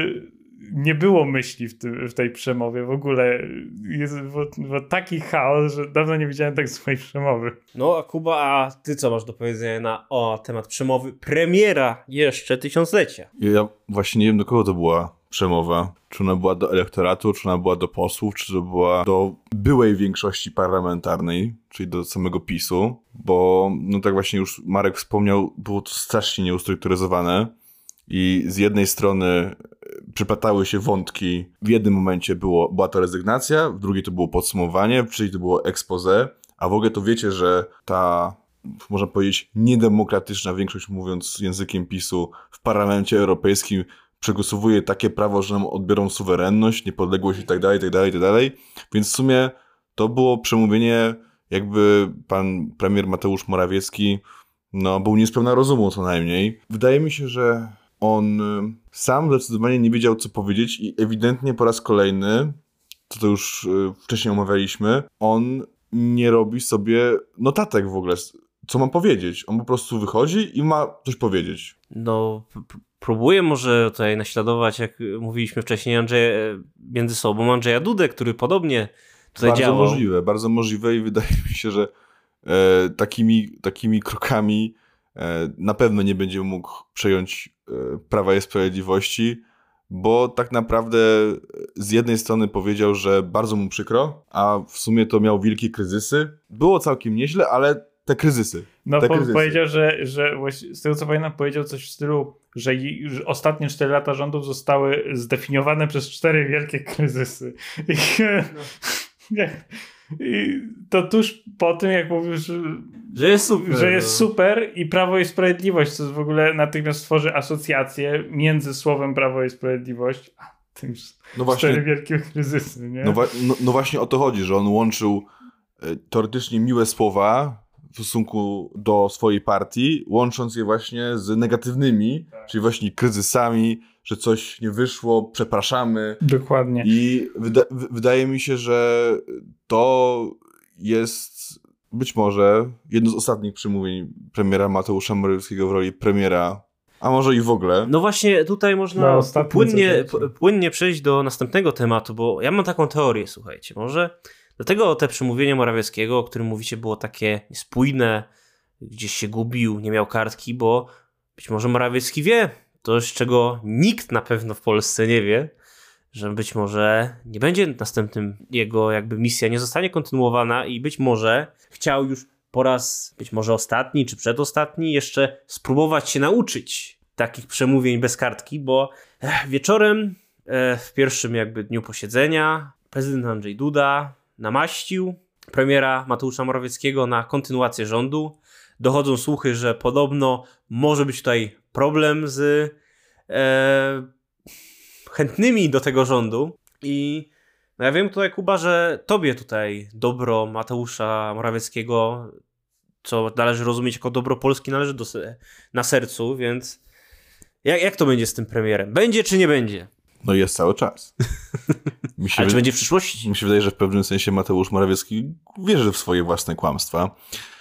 Nie było myśli w, tym, w tej przemowie w ogóle. Jest bo, bo taki chaos, że dawno nie widziałem tak swojej przemowy. No a Kuba, a ty co masz do powiedzenia na o temat przemowy premiera jeszcze tysiąclecia? Ja właśnie nie wiem, do kogo to była przemowa. Czy ona była do elektoratu, czy ona była do posłów, czy to była do byłej większości parlamentarnej, czyli do samego PiSu, bo no tak właśnie już Marek wspomniał, było to strasznie nieustrukturyzowane i z jednej strony przyplatały się wątki. W jednym momencie było, była to rezygnacja, w drugiej to było podsumowanie, w trzeciej to było expose, a w ogóle to wiecie, że ta, można powiedzieć, niedemokratyczna większość, mówiąc językiem PiSu, w Parlamencie Europejskim przegłosowuje takie prawo, że nam odbiorą suwerenność, niepodległość i tak dalej, i tak dalej, i tak dalej. Więc w sumie to było przemówienie, jakby pan premier Mateusz Morawiecki no, był niespełna rozumu co najmniej. Wydaje mi się, że on sam zdecydowanie nie wiedział, co powiedzieć i ewidentnie po raz kolejny, co to już wcześniej omawialiśmy, on nie robi sobie notatek w ogóle, co ma powiedzieć. On po prostu wychodzi i ma coś powiedzieć. No, p- próbuję może tutaj naśladować, jak mówiliśmy wcześniej, Andrzeja, między sobą Andrzeja Dudę, który podobnie tutaj bardzo działał. Bardzo możliwe, bardzo możliwe i wydaje mi się, że e, takimi, takimi krokami e, na pewno nie będzie mógł przejąć e, Prawa i Sprawiedliwości, bo tak naprawdę z jednej strony powiedział, że bardzo mu przykro, a w sumie to miał wielkie kryzysy. Było całkiem nieźle, ale te kryzysy. No te po, kryzysy. powiedział, że, że z tego co pamiętam, powiedział coś w stylu, że, że ostatnie cztery lata rządów zostały zdefiniowane przez cztery wielkie kryzysy. I, no. I to tuż po tym, jak mówił, że, że jest super, że jest no. super i Prawo i Sprawiedliwość, co w ogóle natychmiast stworzy asocjację między słowem Prawo i Sprawiedliwość a tym no właśnie, cztery wielkie kryzysy. Nie? No, no, no właśnie o to chodzi, że on łączył e, teoretycznie miłe słowa w stosunku do swojej partii, łącząc je właśnie z negatywnymi, tak. Czyli właśnie kryzysami, że coś nie wyszło, przepraszamy. Dokładnie. I wyda- w- wydaje mi się, że to jest być może jedno z ostatnich przemówień premiera Mateusza Morawieckiego w roli premiera, a może i w ogóle. No właśnie tutaj można no, płynnie, p- płynnie przejść do następnego tematu, bo ja mam taką teorię, słuchajcie, może dlatego te przemówienie Morawieckiego, o którym mówicie, było takie niespójne, gdzieś się gubił, nie miał kartki, bo być może Morawiecki wie coś, czego nikt na pewno w Polsce nie wie, że być może nie będzie następnym jego jakby misja, nie zostanie kontynuowana i być może chciał już po raz być może ostatni czy przedostatni jeszcze spróbować się nauczyć takich przemówień bez kartki, bo wieczorem w pierwszym jakby dniu posiedzenia prezydent Andrzej Duda namaścił premiera Mateusza Morawieckiego na kontynuację rządu. Dochodzą słuchy, że podobno może być tutaj problem z e, chętnymi do tego rządu i no ja wiem tutaj, Kuba, że tobie tutaj dobro Mateusza Morawieckiego, co należy rozumieć jako dobro Polski, należy do, na sercu, więc jak, jak to będzie z tym premierem? Będzie czy nie będzie? No jest cały czas. Mi się Ale czy wy... będzie w przyszłości? Mi się wydaje, że w pewnym sensie Mateusz Morawiecki wierzy w swoje własne kłamstwa,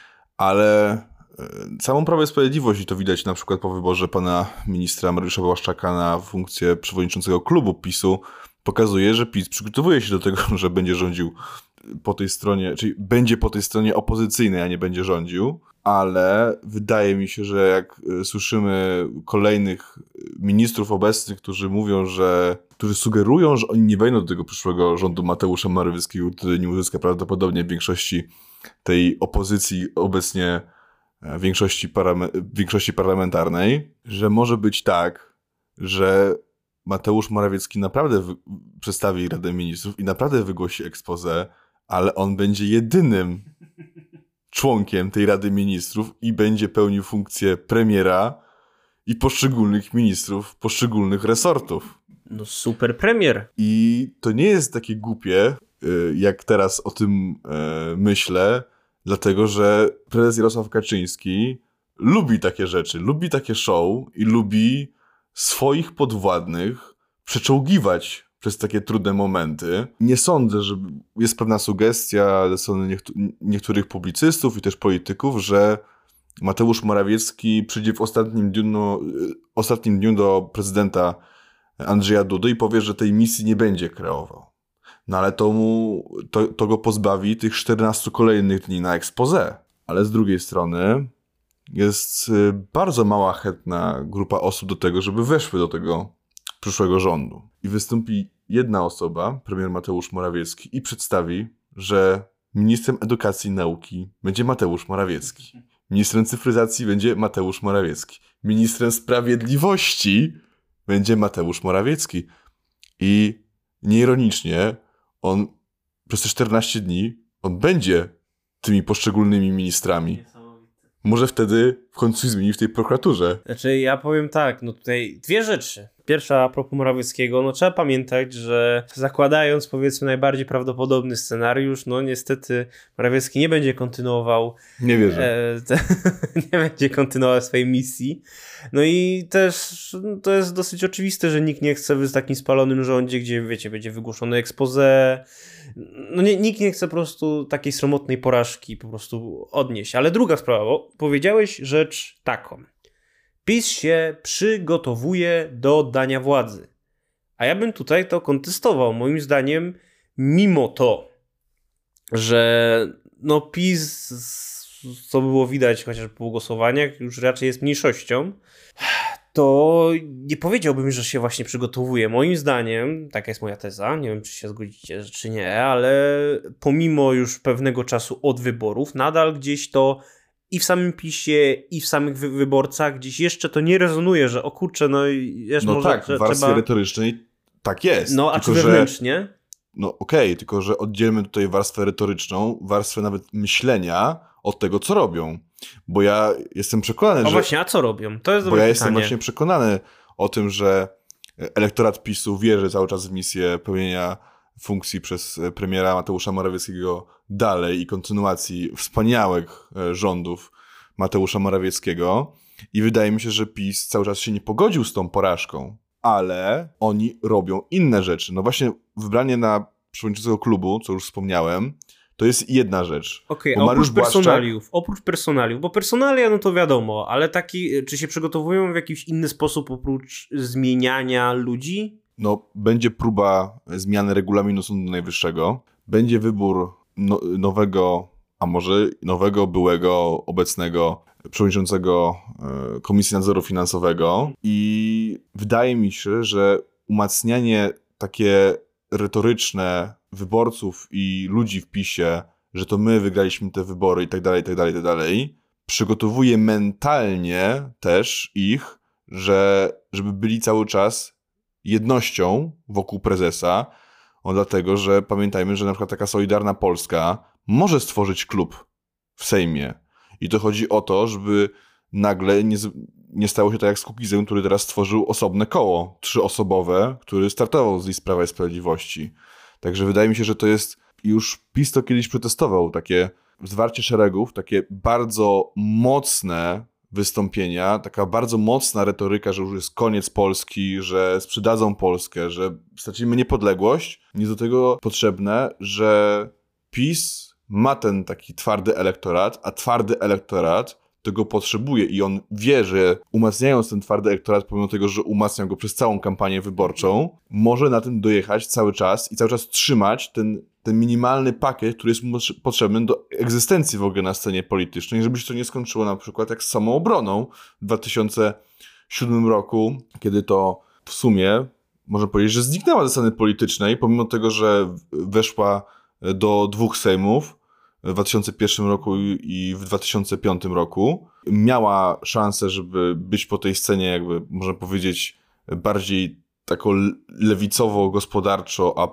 ale całą Prawo i Sprawiedliwość, i to widać na przykład po wyborze pana ministra Mariusza Błaszczaka na funkcję przewodniczącego klubu PiSu, pokazuje, że PiS przygotowuje się do tego, że będzie rządził po tej stronie, czyli będzie po tej stronie opozycyjnej, a nie będzie rządził, ale wydaje mi się, że jak słyszymy kolejnych ministrów obecnych, którzy mówią, że, którzy sugerują, że oni nie wejdą do tego przyszłego rządu Mateusza Morawieckiego, który nie uzyska prawdopodobnie większości tej opozycji obecnie, większości, parame- większości parlamentarnej, że może być tak, że Mateusz Morawiecki naprawdę wy- przedstawi Radę Ministrów i naprawdę wygłosi expose, ale on będzie jedynym członkiem tej Rady Ministrów i będzie pełnił funkcję premiera i poszczególnych ministrów poszczególnych resortów. No super premier. I to nie jest takie głupie, jak teraz o tym myślę, dlatego że prezes Jarosław Kaczyński lubi takie rzeczy, lubi takie show i lubi swoich podwładnych przeczołgiwać przez takie trudne momenty. Nie sądzę, że jest pewna sugestia ze strony niektó- niektórych publicystów i też polityków, że Mateusz Morawiecki przyjdzie w ostatnim dniu, no, ostatnim dniu do prezydenta Andrzeja Dudy i powie, że tej misji nie będzie kreował. No ale to, mu, to, to go pozbawi tych czternastu kolejnych dni na expose. Ale z drugiej strony jest bardzo mała chętna grupa osób do tego, żeby weszły do tego przyszłego rządu. I wystąpi jedna osoba, premier Mateusz Morawiecki, i przedstawi, że ministrem edukacji i nauki będzie Mateusz Morawiecki. Ministrem cyfryzacji będzie Mateusz Morawiecki. Ministrem sprawiedliwości będzie Mateusz Morawiecki. I nieironicznie on przez te czternaście dni on będzie tymi poszczególnymi ministrami. Może wtedy w końcu zmieni w tej prokuraturze. Znaczy ja powiem tak, no tutaj dwie rzeczy. Pierwsza a propos Morawieckiego, no trzeba pamiętać, że zakładając powiedzmy najbardziej prawdopodobny scenariusz, no niestety Morawiecki nie będzie kontynuował Nie wierzę. E, te, nie będzie kontynuował swojej misji. No i też no, to jest dosyć oczywiste, że nikt nie chce w takim spalonym rządzie, gdzie wiecie, będzie wygłoszone expose. No nie, nikt nie chce po prostu takiej sromotnej porażki po prostu odnieść. Ale druga sprawa, bo powiedziałeś rzecz taką. PiS się przygotowuje do oddania władzy. A ja bym tutaj to kontestował. Moim zdaniem, mimo to, że no PiS, co było widać chociażby po głosowaniach, już raczej jest mniejszością, to nie powiedziałbym, że się właśnie przygotowuje. Moim zdaniem, taka jest moja teza, nie wiem, czy się zgodzicie, czy nie, ale pomimo już pewnego czasu od wyborów, nadal gdzieś to i w samym PiSie, i w samych wy- wyborcach gdzieś jeszcze to nie rezonuje, że o kurczę, no wiesz, No może tak, w warstwie trzeba... retorycznej tak jest. No, a tylko, czy że... wewnętrznie? No okej, okay, tylko że oddzielmy tutaj warstwę retoryczną, warstwę nawet myślenia od tego, co robią. Bo ja jestem przekonany, O że... właśnie, a co robią? To jest Bo dobre ja pytanie. jestem właśnie przekonany o tym, że elektorat PiSu wierzy cały czas w misję pełnienia funkcji przez premiera Mateusza Morawieckiego dalej i kontynuacji wspaniałych rządów Mateusza Morawieckiego. I wydaje mi się, że PiS cały czas się nie pogodził z tą porażką, ale oni robią inne rzeczy. No właśnie wybranie na przewodniczącego klubu, co już wspomniałem, to jest jedna rzecz. Okej, okay, a oprócz personaliów, oprócz personaliów, bo personalia no to wiadomo, ale taki, czy się przygotowują w jakiś inny sposób oprócz zmieniania ludzi? No, będzie próba zmiany regulaminu Sądu Najwyższego, będzie wybór no, nowego, a może nowego, byłego, obecnego przewodniczącego y, Komisji Nadzoru Finansowego i wydaje mi się, że umacnianie takie retoryczne wyborców i ludzi w PiSie, że to my wygraliśmy te wybory i tak dalej, i tak dalej, i tak dalej, przygotowuje mentalnie też ich, że żeby byli cały czas jednością wokół prezesa, o, dlatego, że pamiętajmy, że na przykład taka Solidarna Polska może stworzyć klub w Sejmie. I to chodzi o to, żeby nagle nie, nie stało się tak jak z Kukizem, który teraz stworzył osobne koło, trzyosobowe, który startował z list Prawa i Sprawiedliwości. Także wydaje mi się, że to jest, już PiS to kiedyś przetestował, takie zwarcie szeregów, takie bardzo mocne wystąpienia, taka bardzo mocna retoryka, że już jest koniec Polski, że sprzedadzą Polskę, że stracimy niepodległość. Jest do tego potrzebne, że PiS ma ten taki twardy elektorat, a twardy elektorat tego potrzebuje i on wie, że umacniając ten twardy elektorat, pomimo tego, że umacniał go przez całą kampanię wyborczą, może na tym dojechać cały czas i cały czas trzymać ten, ten minimalny pakiet, który jest mu potrzebny do egzystencji w ogóle na scenie politycznej, żeby się to nie skończyło na przykład jak z samoobroną w dwa tysiące siódmym roku, kiedy to w sumie można powiedzieć, że zniknęła ze sceny politycznej, pomimo tego, że weszła do dwóch sejmów w dwa tysiące pierwszym roku i w dwa tysiące piątym roku. Miała szansę, żeby być po tej scenie, jakby można powiedzieć, bardziej taką lewicowo-gospodarczo, a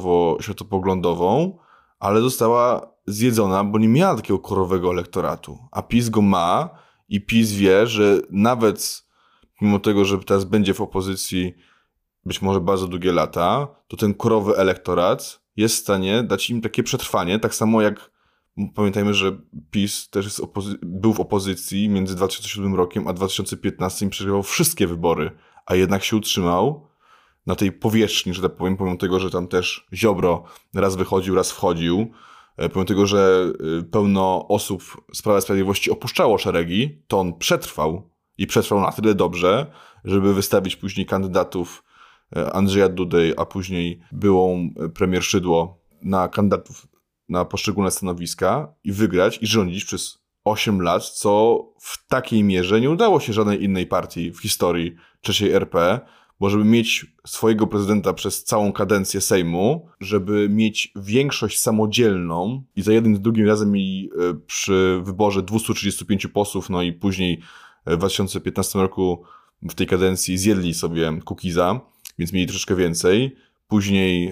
prawicowo-światopoglądową, ale została zjedzona, bo nie miała takiego korowego elektoratu. A PiS go ma i PiS wie, że nawet mimo tego, że teraz będzie w opozycji być może bardzo długie lata, to ten korowy elektorat jest w stanie dać im takie przetrwanie, tak samo jak pamiętajmy, że PiS też jest opozy- był w opozycji między dwa tysiące siódmym rokiem a dwa tysiące piętnastym i przegrywał wszystkie wybory, a jednak się utrzymał na tej powierzchni, że tak powiem, pomimo tego, że tam też Ziobro raz wychodził, raz wchodził, pomimo tego, że pełno osób z Prawa i Sprawiedliwości opuszczało szeregi, to on przetrwał i przetrwał na tyle dobrze, żeby wystawić później kandydatów Andrzeja Dudy, a później byłą premier Szydło na kandydatów na poszczególne stanowiska i wygrać i rządzić przez osiem lat, co w takiej mierze nie udało się żadnej innej partii w historii trzeciej R P, bo żeby mieć swojego prezydenta przez całą kadencję Sejmu, żeby mieć większość samodzielną i za jednym i drugim razem mieli przy wyborze dwieście trzydzieści pięć posłów, no i później w dwa tysiące piętnastym roku w tej kadencji zjedli sobie Kukiza, więc mieli troszeczkę więcej. Później e,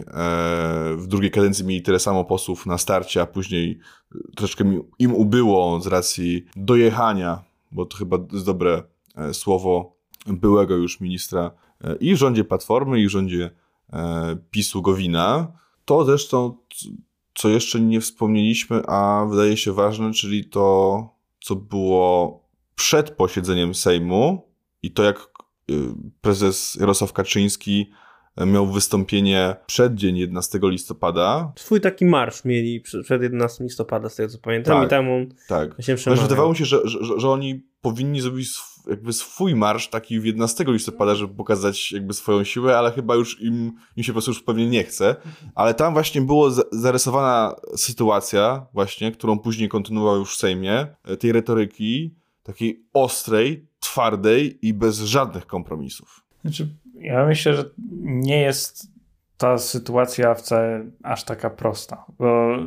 w drugiej kadencji mieli tyle samo posłów na starcie, a później troszeczkę im ubyło z racji dojechania, bo to chyba jest dobre e, słowo byłego już ministra e, i w rządzie Platformy, i w rządzie e, PiSu Gowina. To zresztą, co jeszcze nie wspomnieliśmy, a wydaje się ważne, czyli to, co było przed posiedzeniem Sejmu i to, jak e, prezes Jarosław Kaczyński miał wystąpienie przed dzień jedenastego listopada. Swój taki marsz mieli przed jedenastego listopada, z tego co pamiętam. Tak, i tam on tak. się przemawiał. Znaczy, wydawało mi się, że, że, że oni powinni zrobić sw- jakby swój marsz taki jedenastego listopada, żeby pokazać jakby swoją siłę, ale chyba już im, im się po prostu już pewnie nie chce. Ale tam właśnie było z- zarysowana sytuacja właśnie, którą później kontynuował już w Sejmie, tej retoryki takiej ostrej, twardej i bez żadnych kompromisów. Znaczy, ja myślę, że nie jest ta sytuacja wcale aż taka prosta, bo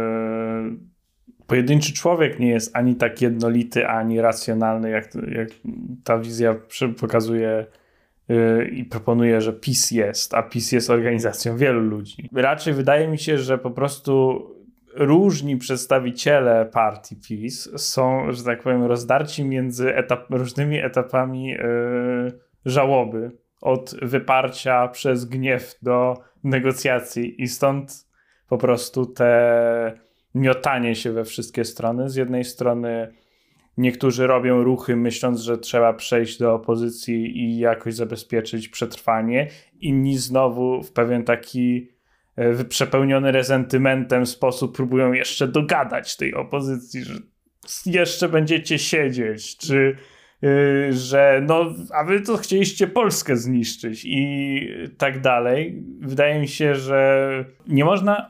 yy, pojedynczy człowiek nie jest ani tak jednolity, ani racjonalny, jak, jak ta wizja pokazuje yy, i proponuje, że PiS jest, a PiS jest organizacją wielu ludzi. Raczej wydaje mi się, że po prostu różni przedstawiciele partii PiS są, że tak powiem, rozdarci między etap, różnymi etapami yy, żałoby. Od wyparcia przez gniew do negocjacji i stąd po prostu te miotanie się we wszystkie strony. Z jednej strony niektórzy robią ruchy myśląc, że trzeba przejść do opozycji i jakoś zabezpieczyć przetrwanie. Inni znowu w pewien taki przepełniony resentymentem sposób próbują jeszcze dogadać tej opozycji, że jeszcze będziecie siedzieć, czy Yy, że no, a wy to chcieliście Polskę zniszczyć i tak dalej. Wydaje mi się, że nie można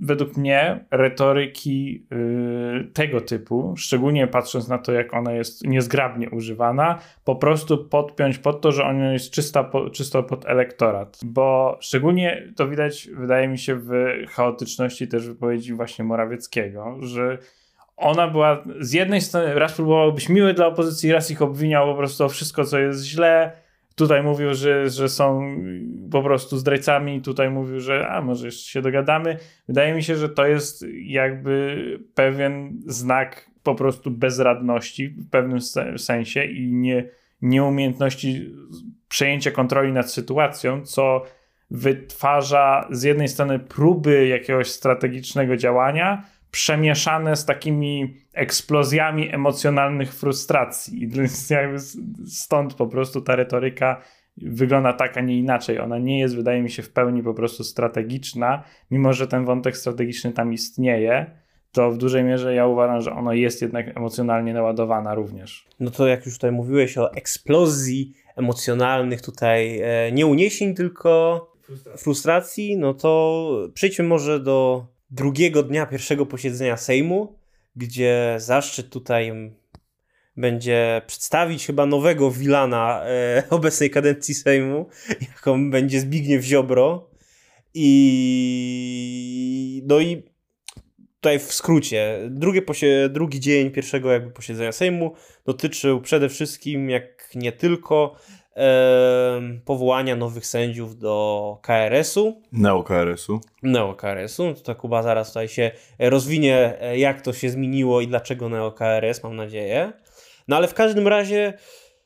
według mnie retoryki yy, tego typu, szczególnie patrząc na to, jak ona jest niezgrabnie używana, po prostu podpiąć pod to, że ona jest czysta po, czysto pod elektorat. Bo szczególnie to widać, wydaje mi się, w chaotyczności też wypowiedzi właśnie Morawieckiego, że ona była z jednej strony, raz próbował być miły dla opozycji, raz ich obwiniał po prostu o wszystko, co jest źle. Tutaj mówił, że, że są po prostu zdrajcami, tutaj mówił, że a może jeszcze się dogadamy. Wydaje mi się, że to jest jakby pewien znak po prostu bezradności w pewnym sensie i nie, nieumiejętności przejęcia kontroli nad sytuacją, co wytwarza z jednej strony próby jakiegoś strategicznego działania, przemieszane z takimi eksplozjami emocjonalnych frustracji. I jakby stąd po prostu ta retoryka wygląda tak, a nie inaczej. Ona nie jest, wydaje mi się, w pełni po prostu strategiczna, mimo że ten wątek strategiczny tam istnieje, to w dużej mierze ja uważam, że ona jest jednak emocjonalnie naładowana również. No to jak już tutaj mówiłeś o eksplozji emocjonalnych tutaj, e, nie uniesień, tylko frustracji. frustracji, no to przejdźmy może do drugiego dnia pierwszego posiedzenia Sejmu, gdzie zaszczyt tutaj będzie przedstawić chyba nowego wilana e, obecnej kadencji Sejmu, jaką będzie Zbigniew Ziobro. I no i tutaj w skrócie, drugie posie- drugi dzień pierwszego jakby posiedzenia Sejmu dotyczył przede wszystkim, jak nie tylko, e, powołania nowych sędziów do K R S-u. Neo-K R S-u. Neo-K R S-u. To Kuba zaraz tutaj się rozwinie, jak to się zmieniło i dlaczego Neo-K R S, mam nadzieję. No ale w każdym razie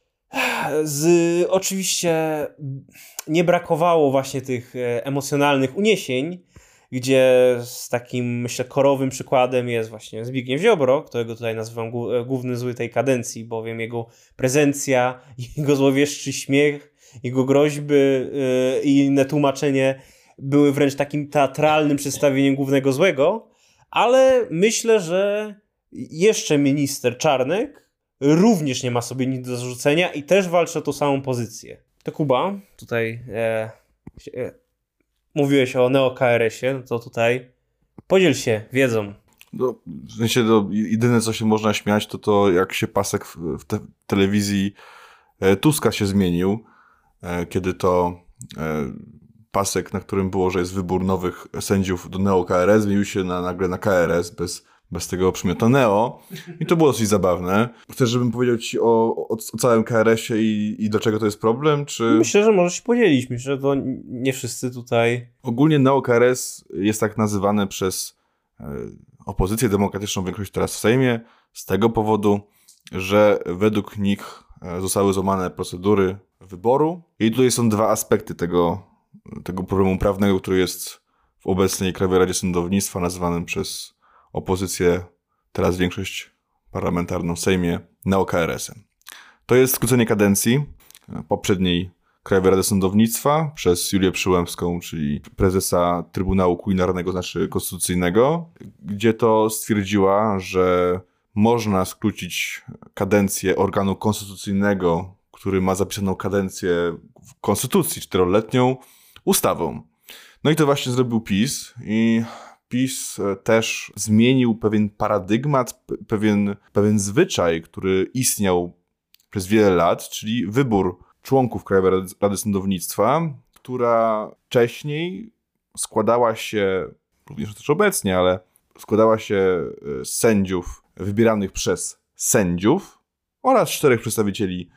z, oczywiście nie brakowało właśnie tych emocjonalnych uniesień, gdzie z takim, myślę, korowym przykładem jest właśnie Zbigniew Ziobro, którego tutaj nazywam główny zły tej kadencji, bowiem jego prezencja, jego złowieszczy śmiech, jego groźby yy, i inne tłumaczenie były wręcz takim teatralnym przedstawieniem głównego złego, ale myślę, że jeszcze minister Czarnek również nie ma sobie nic do zarzucenia i też walczy o tą samą pozycję. To Kuba, tutaj e, e, mówiłeś o Neo-K R S-ie, no to tutaj podziel się wiedzą. No, w sensie no, jedyne, co się można śmiać, to to, jak się pasek w, w te, telewizji e, Tuska się zmienił, e, kiedy to e, pasek, na którym było, że jest wybór nowych sędziów do Neo-K R S, zmienił się na, nagle na K R S bez, bez tego przymiotu Neo. I to było dosyć zabawne. Chcesz, żebym powiedział ci o, o, o całym K R S-ie i, i dlaczego to jest problem? Czy... Myślę, że możesz się podzielić. Myślę, że to nie wszyscy tutaj... Ogólnie Neo-K R S jest tak nazywane przez e, opozycję demokratyczną, większość teraz w Sejmie, z tego powodu, że według nich e, zostały złamane procedury wyboru. I tutaj są dwa aspekty tego, tego problemu prawnego, który jest w obecnej Krajowej Radzie Sądownictwa, nazywanym przez opozycję, teraz większość parlamentarną w Sejmie, Neo-K R S-em. To jest skrócenie kadencji poprzedniej Krajowej Rady Sądownictwa przez Julię Przyłębską, czyli prezesa Trybunału Kulinarnego, znaczy Konstytucyjnego, gdzie to stwierdziła, że można skrócić kadencję organu konstytucyjnego, który ma zapisaną kadencję w Konstytucji czteroletnią, ustawą. No i to właśnie zrobił PiS i PiS też zmienił pewien paradygmat, pewien, pewien zwyczaj, który istniał przez wiele lat, czyli wybór członków Krajowej Rady Sądownictwa, która wcześniej składała się, również też obecnie, ale składała się z sędziów wybieranych przez sędziów oraz czterech przedstawicieli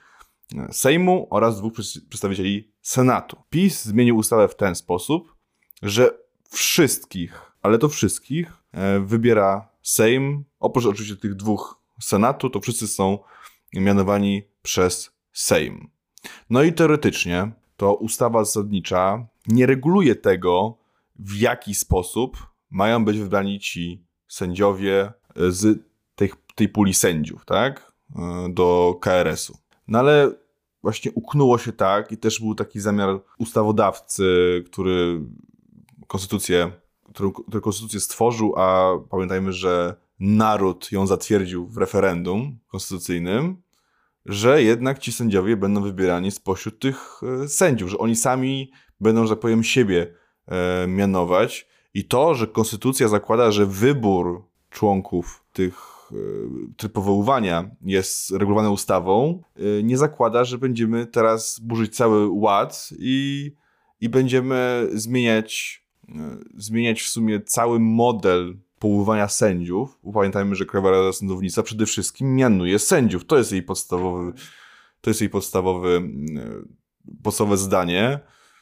Sejmu oraz dwóch przedstawicieli Senatu. PiS zmienił ustawę w ten sposób, że wszystkich, ale to wszystkich wybiera Sejm. Oprócz oczywiście tych dwóch Senatu, to wszyscy są mianowani przez Sejm. No i teoretycznie to ustawa zasadnicza nie reguluje tego, w jaki sposób mają być wybrani ci sędziowie z tej, tej puli sędziów, tak? Do K R S-u. No ale właśnie uknęło się tak i też był taki zamiar ustawodawcy, który konstytucję, który, który konstytucję stworzył, a pamiętajmy, że naród ją zatwierdził w referendum konstytucyjnym, że jednak ci sędziowie będą wybierani spośród tych e, sędziów, że oni sami będą, że tak powiem, siebie e, mianować I to, że konstytucja zakłada, że wybór członków tych tryb powoływania jest regulowany ustawą, nie zakłada, że będziemy teraz burzyć cały ład i, i będziemy zmieniać, zmieniać w sumie cały model powoływania sędziów. Pamiętajmy, że Krajowa Rada Sądownictwa przede wszystkim mianuje sędziów. To jest jej podstawowy, to jest jej podstawowy, podstawowe zdanie,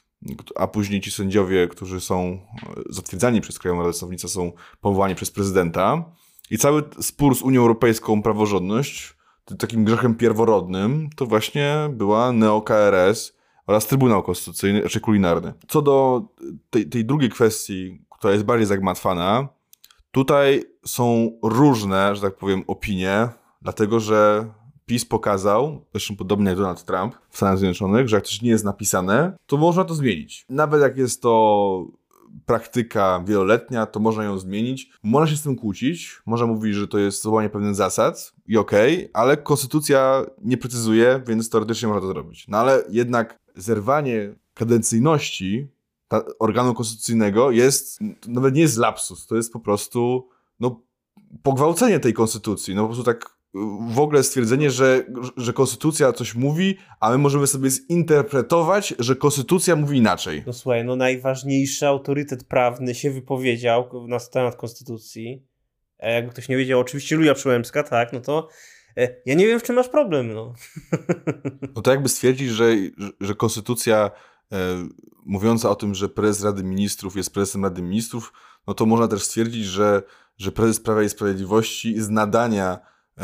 a później ci sędziowie, którzy są zatwierdzani przez Krajową Radę Sądownictwa, są powołani przez prezydenta. I cały spór z Unią Europejską o praworządność, takim grzechem pierworodnym, to właśnie była neo-K R S oraz Trybunał Konstytucyjny, czy kulinarny. Co do tej, tej drugiej kwestii, która jest bardziej zagmatwana, tutaj są różne, że tak powiem, opinie, dlatego że PiS pokazał, zresztą podobnie jak Donald Trump w Stanach Zjednoczonych, że jak coś nie jest napisane, to można to zmienić. Nawet jak jest to praktyka wieloletnia, to można ją zmienić. Można się z tym kłócić, można mówić, że to jest stosowanie pewnych zasad i okej, okay, ale konstytucja nie precyzuje, więc teoretycznie można to zrobić. No ale jednak zerwanie kadencyjności ta, organu konstytucyjnego jest, to nawet nie jest lapsus, to jest po prostu no, pogwałcenie tej konstytucji. No po prostu tak w ogóle stwierdzenie, że, że konstytucja coś mówi, a my możemy sobie zinterpretować, że konstytucja mówi inaczej. No słuchaj, no najważniejszy autorytet prawny się wypowiedział na temat konstytucji. A jakby ktoś nie wiedział, oczywiście Julia Przyłębska, tak, no to e, ja nie wiem, w czym masz problem, no. No to jakby stwierdzić, że, że, że konstytucja e, mówiąca o tym, że prezes Rady Ministrów jest prezesem Rady Ministrów, no to można też stwierdzić, że, że prezes Prawa i Sprawiedliwości z nadania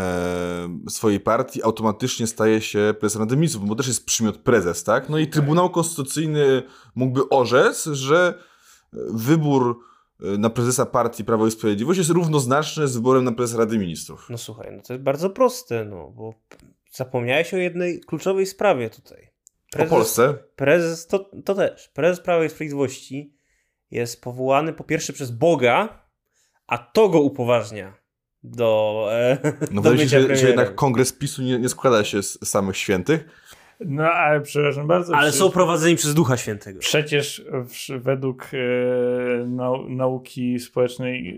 swojej partii automatycznie staje się prezesem Rady Ministrów, bo też jest przymiot prezes, tak? No i Trybunał Konstytucyjny mógłby orzec, że wybór na prezesa partii Prawo i Sprawiedliwość jest równoznaczny z wyborem na prezesa Rady Ministrów. No słuchaj, no to jest bardzo proste, no, bo zapomniałeś o jednej kluczowej sprawie tutaj. Prezes, o Polsce? Prezes, to, to też. Prezes Prawa i Sprawiedliwości jest powołany po pierwsze przez Boga, a to go upoważnia do e, No wydaje się, że, że jednak kongres PiSu nie, nie składa się z samych świętych. No ale przepraszam bardzo. Ale są prowadzeni przez Ducha Świętego. Przecież w, według e, nau, nauki społecznej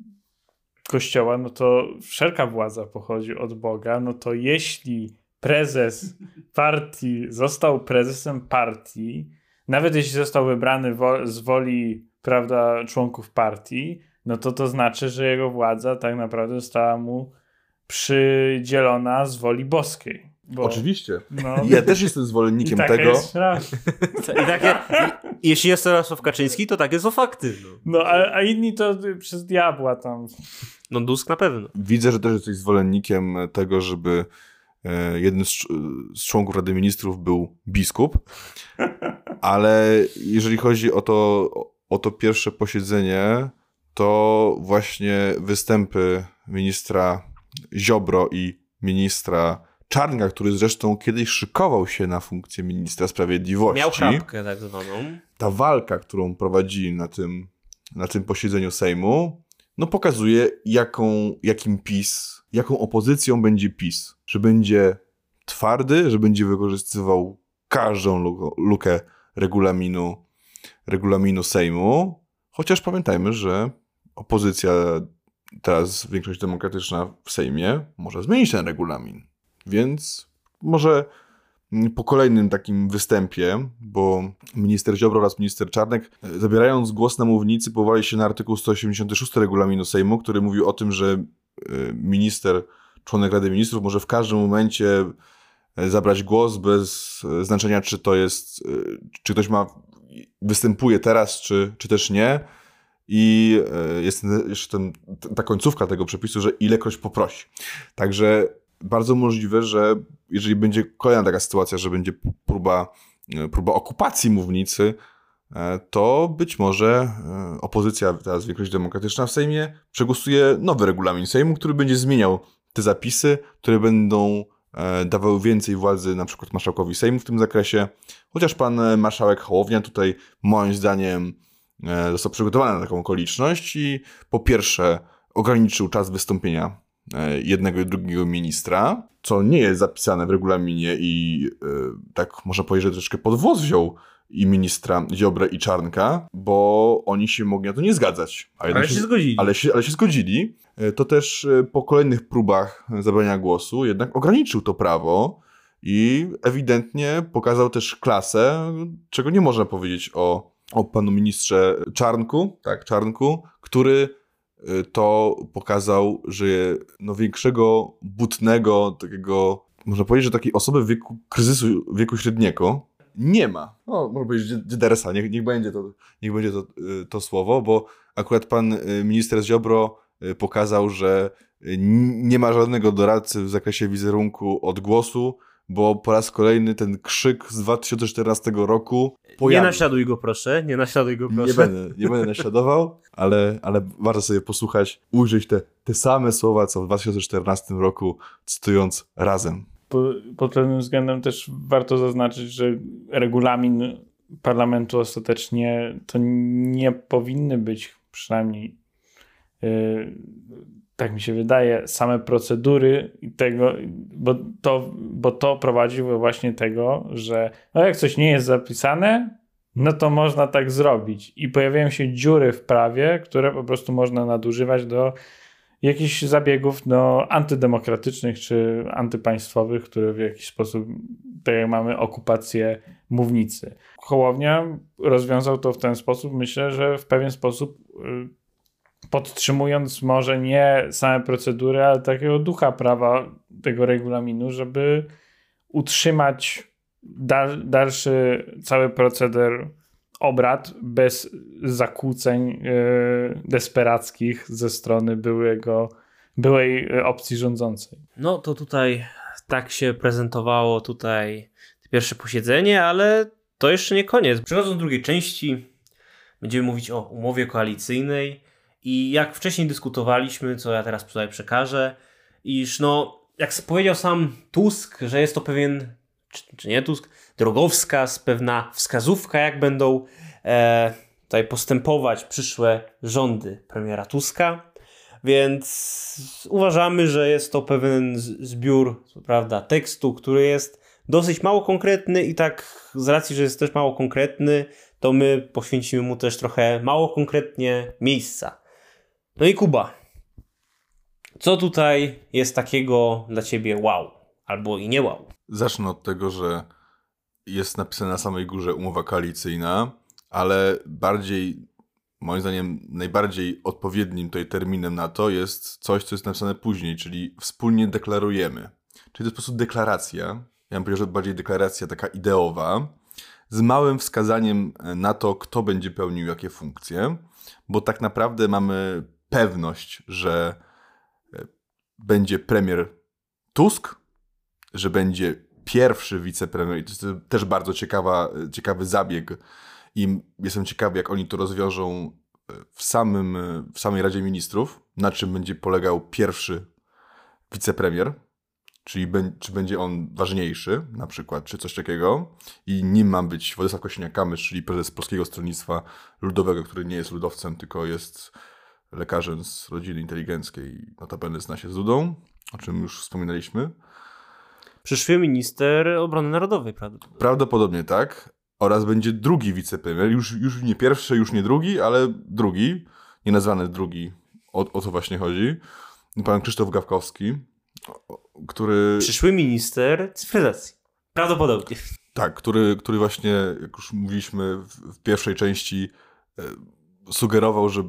Kościoła, no to wszelka władza pochodzi od Boga, no to jeśli prezes partii został prezesem partii, nawet jeśli został wybrany wo, z woli, prawda, członków partii, no to to znaczy, że jego władza tak naprawdę została mu przydzielona z woli boskiej. Bo, Oczywiście. No, ja też jestem zwolennikiem i taka tego. Jest I takie, i, jeśli jest Jarosław Kaczyński, to takie są fakty. No, no a, a inni to przez diabła tam. No Tusk na pewno. Widzę, że też jesteś zwolennikiem tego, żeby jednym z, z członków Rady Ministrów był biskup, ale jeżeli chodzi o to, o to pierwsze posiedzenie, to właśnie występy ministra Ziobro i ministra Czarnka, który zresztą kiedyś szykował się na funkcję ministra sprawiedliwości. Miał szapkę tak zwaną. Ta walka, którą prowadzili na tym, na tym posiedzeniu Sejmu, no pokazuje, jaką, jakim PiS, jaką opozycją będzie PiS. Że będzie twardy, że będzie wykorzystywał każdą lukę regulaminu, regulaminu Sejmu. Chociaż pamiętajmy, że opozycja, teraz większość demokratyczna w Sejmie, może zmienić ten regulamin. Więc może po kolejnym takim występie, bo minister Ziobro oraz minister Czarnek, zabierając głos na mównicy, powołali się na artykuł sto osiemdziesiąty szósty regulaminu Sejmu, który mówił o tym, że minister, członek Rady Ministrów może w każdym momencie zabrać głos bez znaczenia, czy to jest, czy ktoś ma, występuje teraz, czy, czy też nie. I jest jeszcze ten, ta końcówka tego przepisu, że ilekroć poprosi. Także bardzo możliwe, że jeżeli będzie kolejna taka sytuacja, że będzie próba, próba okupacji mównicy, to być może opozycja, teraz większość demokratyczna w Sejmie, przegłosuje nowy regulamin Sejmu, który będzie zmieniał te zapisy, które będą dawały więcej władzy na przykład marszałkowi Sejmu w tym zakresie. Chociaż pan marszałek Hołownia tutaj moim zdaniem został przygotowany na taką okoliczność i po pierwsze ograniczył czas wystąpienia jednego i drugiego ministra, co nie jest zapisane w regulaminie i tak można powiedzieć, że troszeczkę pod włos wziął i ministra Ziobrę i Czarnka, bo oni się mogli na to nie zgadzać. A ale się, się zgodzili. Ale się, ale się zgodzili. To też po kolejnych próbach zabrania głosu jednak ograniczył to prawo i ewidentnie pokazał też klasę, czego nie można powiedzieć o, o panu ministrze Czarnku, tak, Czarnku, który to pokazał, że no większego, butnego, takiego, można powiedzieć, że takiej osoby w wieku kryzysu, wieku średniego nie ma. No, można powiedzieć, dziaderesa, niech, niech będzie, to, niech będzie to, to słowo, bo akurat pan minister Ziobro pokazał, że nie ma żadnego doradcy w zakresie wizerunku od głosu, bo po raz kolejny ten krzyk z dwa tysiące czternastego roku pojawił. Nie naśladuj go proszę, nie naśladuj go proszę. Nie będę, nie będę naśladował, ale, ale warto sobie posłuchać, ujrzeć te, te same słowa, co w dwa tysiące czternastym roku, cytując razem. Pod pewnym względem też warto zaznaczyć, że regulamin parlamentu ostatecznie to nie powinny być, przynajmniej yy, tak mi się wydaje, same procedury i tego, bo to, bo to prowadzi do właśnie tego, że no jak coś nie jest zapisane, no to można tak zrobić i pojawiają się dziury w prawie, które po prostu można nadużywać do jakichś zabiegów no, antydemokratycznych czy antypaństwowych, które w jakiś sposób, tak jak mamy okupację mównicy. Hołownia rozwiązał to w ten sposób, myślę, że w pewien sposób podtrzymując może nie same procedury, ale takiego ducha prawa tego regulaminu, żeby utrzymać dal, dalszy cały proceder obrad bez zakłóceń yy, desperackich ze strony byłego, byłej opcji rządzącej. No to tutaj tak się prezentowało tutaj pierwsze posiedzenie, ale to jeszcze nie koniec. Przechodząc do drugiej części, będziemy mówić o umowie koalicyjnej i jak wcześniej dyskutowaliśmy, co ja teraz tutaj przekażę, iż no, jak powiedział sam Tusk, że jest to pewien, czy, czy nie Tusk, drogowskaz, pewna wskazówka, jak będą e, tutaj postępować przyszłe rządy premiera Tuska, więc uważamy, że jest to pewien zbiór, co prawda, tekstu, który jest dosyć mało konkretny i tak z racji, że jest też mało konkretny, to my poświęcimy mu też trochę mało konkretnie miejsca. No i Kuba, co tutaj jest takiego dla ciebie wow, albo i nie wow? Zacznę od tego, że jest napisana na samej górze umowa koalicyjna, ale bardziej, moim zdaniem, najbardziej odpowiednim tutaj terminem na to jest coś, co jest napisane później, czyli wspólnie deklarujemy. Czyli to jest po prostu deklaracja, ja bym powiedział, że bardziej deklaracja taka ideowa, z małym wskazaniem na to, kto będzie pełnił jakie funkcje, bo tak naprawdę mamy pewność, że będzie premier Tusk, że będzie pierwszy wicepremier i to jest też bardzo ciekawa, ciekawy zabieg i jestem ciekawy, jak oni to rozwiążą w, samym, w samej Radzie Ministrów, na czym będzie polegał pierwszy wicepremier, czyli be, czy będzie on ważniejszy na przykład, czy coś takiego i nim ma być Władysław Kosiniak-Kamysz, czyli prezes Polskiego Stronnictwa Ludowego, który nie jest ludowcem, tylko jest lekarzem z rodziny inteligenckiej, notabene zna się z Dudą, o czym już wspominaliśmy. Przyszły minister obrony narodowej, prawda? Prawdopodobnie tak. Oraz będzie drugi wicepremier, już, już nie pierwszy, już nie drugi, ale drugi, nie nazwany drugi, o, o to właśnie chodzi. Pan Krzysztof Gawkowski, który... Przyszły minister cyfryzacji. Prawdopodobnie. Tak, który, który właśnie, jak już mówiliśmy w, w pierwszej części, e, sugerował, że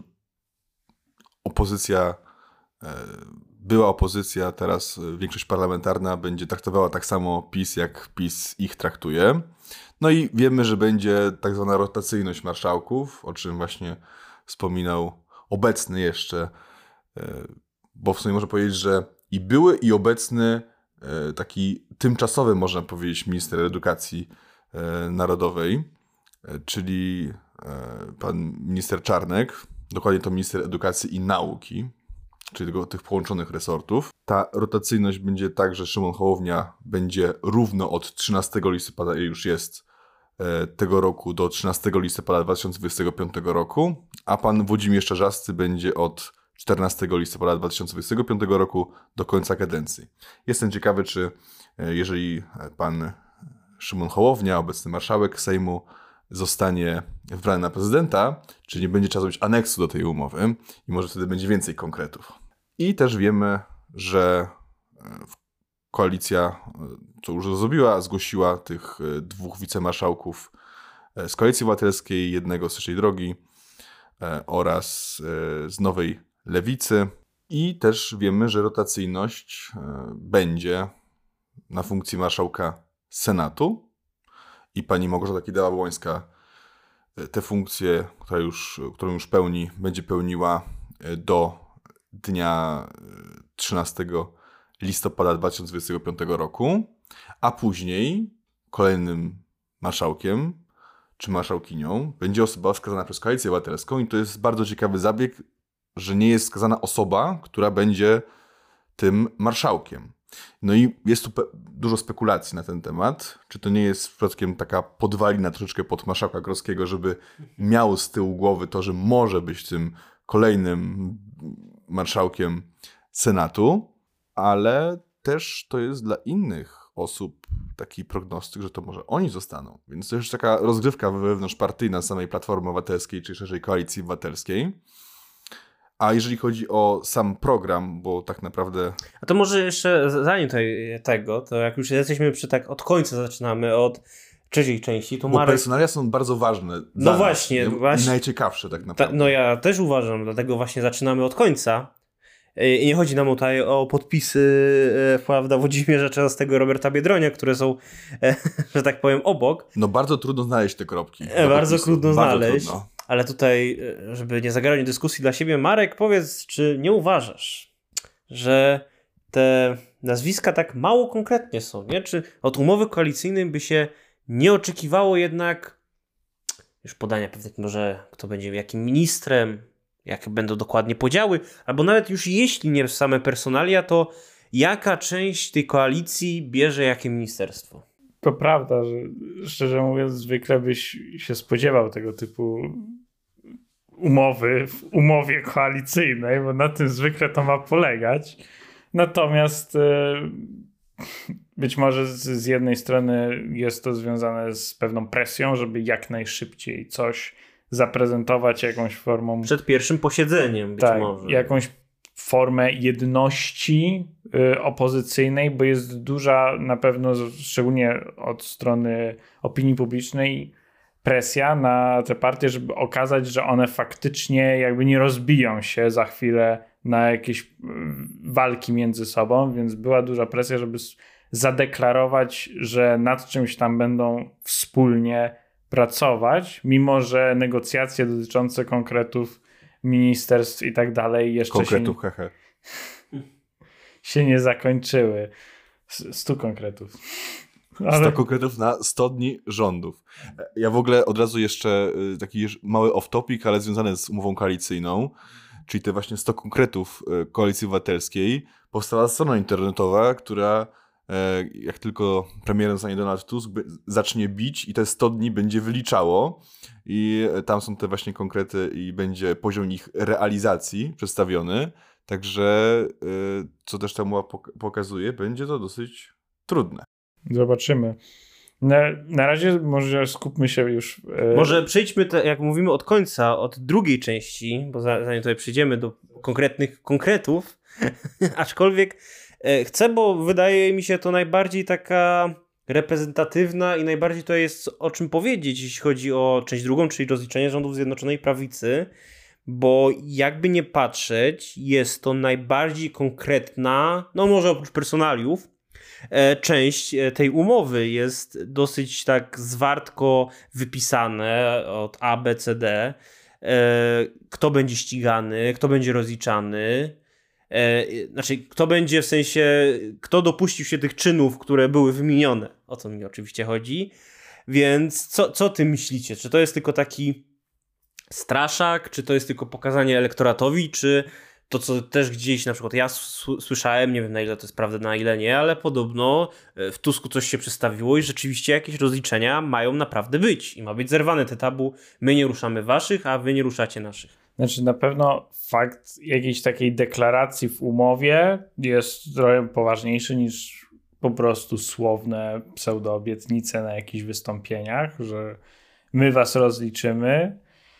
opozycja, e, była opozycja, teraz większość parlamentarna będzie traktowała tak samo PiS, jak PiS ich traktuje. No i wiemy, że będzie tak zwana rotacyjność marszałków, o czym właśnie wspominał obecny jeszcze, e, bo w sumie można powiedzieć, że i były i obecny e, taki tymczasowy, można powiedzieć, minister edukacji e, narodowej, e, czyli e, pan minister Czarnek, dokładnie to minister edukacji i nauki, czyli tego, tych połączonych resortów. Ta rotacyjność będzie tak, że Szymon Hołownia będzie równo od trzynastego listopada, już jest e, tego roku, do trzynastego listopada dwa tysiące dwudziestego piątego roku, a pan Włodzimierz Czarzasty będzie od czternastego listopada dwa tysiące dwudziestego piątego roku do końca kadencji. Jestem ciekawy, czy jeżeli pan Szymon Hołownia, obecny marszałek Sejmu, zostanie wybrany na prezydenta, czy nie będzie trzeba zrobić aneksu do tej umowy i może wtedy będzie więcej konkretów. I też wiemy, że koalicja, co już zrobiła, zgłosiła tych dwóch wicemarszałków z Koalicji Obywatelskiej, jednego z Trzeciej Drogi oraz z Nowej Lewicy. I też wiemy, że rotacyjność będzie na funkcji marszałka Senatu i pani Małgorzata Kidawa-Błońska tę funkcję, która już, którą już pełni, będzie pełniła do dnia trzynastego listopada dwa tysiące dwudziestego piątego roku, a później kolejnym marszałkiem czy marszałkinią będzie osoba wskazana przez Koalicję Obywatelską i to jest bardzo ciekawy zabieg, że nie jest wskazana osoba, która będzie tym marszałkiem. No i jest tu pe- dużo spekulacji na ten temat. Czy to nie jest przypadkiem taka podwalina troszeczkę pod marszałka Grodzkiego, żeby miał z tyłu głowy to, że może być tym kolejnym marszałkiem Senatu, ale też to jest dla innych osób taki prognostyk, że to może oni zostaną. Więc to już taka rozgrywka wewnątrzpartyjna samej Platformy Obywatelskiej, czy szerzej Koalicji Obywatelskiej. A jeżeli chodzi o sam program, bo tak naprawdę... A to może jeszcze zanim tutaj tego, to jak już jesteśmy przy tak od końca zaczynamy, od trzeciej części, to Bo Marek... personalia są bardzo ważne. No nas, właśnie. I właśnie... najciekawsze tak naprawdę. Ta, no ja też uważam, dlatego właśnie zaczynamy od końca. I nie chodzi nam tutaj o podpisy, e, prawda, Włodzimierza Czarzastego, Roberta Biedronia, które są, e, że tak powiem, obok. No bardzo trudno znaleźć te kropki. E, bardzo podpisu. trudno bardzo znaleźć. Trudno. Ale tutaj, żeby nie zagarnąć dyskusji dla siebie, Marek, powiedz, czy nie uważasz, że te nazwiska tak mało konkretnie są, nie? Czy od umowy koalicyjnej by się nie oczekiwało jednak już podania pewnych, może kto będzie jakim ministrem, jakie będą dokładnie podziały, albo nawet już jeśli nie same personalia, to jaka część tej koalicji bierze jakie ministerstwo? To prawda, że szczerze mówiąc zwykle byś się spodziewał tego typu umowy w umowie koalicyjnej, bo na tym zwykle to ma polegać. Natomiast być może z, z jednej strony jest to związane z pewną presją, żeby jak najszybciej coś zaprezentować jakąś formą... Przed pierwszym posiedzeniem być tak, może. jakąś formę jedności y, opozycyjnej, bo jest duża na pewno, szczególnie od strony opinii publicznej, presja na te partie, żeby okazać, że one faktycznie jakby nie rozbiją się za chwilę na jakieś y, walki między sobą, więc była duża presja, żeby zadeklarować, że nad czymś tam będą wspólnie pracować, mimo że negocjacje dotyczące konkretów ministerstw i tak dalej jeszcze konkretów, się, hehe. się nie zakończyły. Stu konkretów. Ale... sto konkretów na sto dni rządów. Ja w ogóle od razu jeszcze taki mały off-topic, ale związany z umową koalicyjną, czyli te właśnie sto konkretów Koalicji Obywatelskiej, powstała strona internetowa, która jak tylko premierem zostanie Donald Tusk, zacznie bić i te sto dni będzie wyliczało i tam są te właśnie konkrety i będzie poziom ich realizacji przedstawiony. Także, co też ta umowa pokazuje, będzie to dosyć trudne. Zobaczymy. Na, na razie może skupmy się już... E... Może przejdźmy, te, jak mówimy od końca, od drugiej części, bo zanim tutaj przejdziemy do konkretnych konkretów, aczkolwiek e, chcę, bo wydaje mi się to najbardziej taka reprezentatywna i najbardziej to jest o czym powiedzieć, jeśli chodzi o część drugą, czyli rozliczenie rządów Zjednoczonej Prawicy, bo jakby nie patrzeć, jest to najbardziej konkretna, no może oprócz personaliów, część tej umowy jest dosyć tak zwartko wypisane od A, B, C, D. Kto będzie ścigany, kto będzie rozliczany. Znaczy, kto będzie w sensie, kto dopuścił się tych czynów, które były wymienione. O co mi oczywiście chodzi. Więc co, co ty myślicie? Czy to jest tylko taki straszak, czy to jest tylko pokazanie elektoratowi, czy to, co też gdzieś na przykład ja słyszałem, nie wiem na ile to jest prawda, na ile nie, ale podobno w Tusku coś się przedstawiło i rzeczywiście jakieś rozliczenia mają naprawdę być i ma być zerwane te tabu, my nie ruszamy waszych, a wy nie ruszacie naszych. Znaczy na pewno fakt jakiejś takiej deklaracji w umowie jest trochę poważniejszy niż po prostu słowne pseudoobietnice na jakichś wystąpieniach, że my was rozliczymy.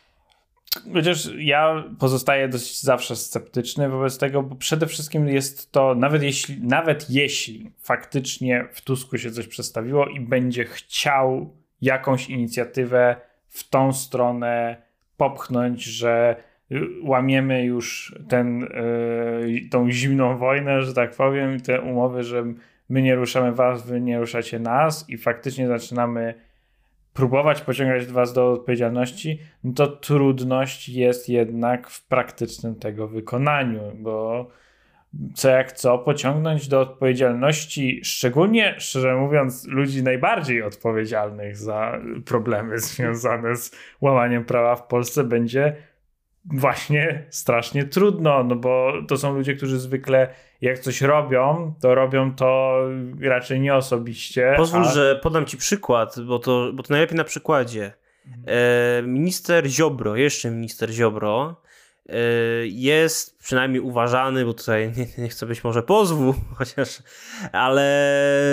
Chociaż ja pozostaję dość zawsze sceptyczny wobec tego, bo przede wszystkim jest to, nawet jeśli, nawet jeśli faktycznie w Tusku się coś przestawiło i będzie chciał jakąś inicjatywę w tą stronę popchnąć, że łamiemy już ten, yy, tą zimną wojnę, że tak powiem, te umowy, że my nie ruszamy was, wy nie ruszacie nas i faktycznie zaczynamy próbować pociągać was do odpowiedzialności, no to trudność jest jednak w praktycznym tego wykonaniu, bo co jak co, pociągnąć do odpowiedzialności, szczególnie, szczerze mówiąc, ludzi najbardziej odpowiedzialnych za problemy związane z łamaniem prawa w Polsce będzie właśnie strasznie trudno, no bo to są ludzie, którzy zwykle jak coś robią, to robią to raczej nie osobiście. Pozwól, a... że podam ci przykład, bo to, bo to najlepiej na przykładzie. E, minister Ziobro, jeszcze minister Ziobro e, jest przynajmniej uważany, bo tutaj nie, nie chcę być może pozwu, chociaż, ale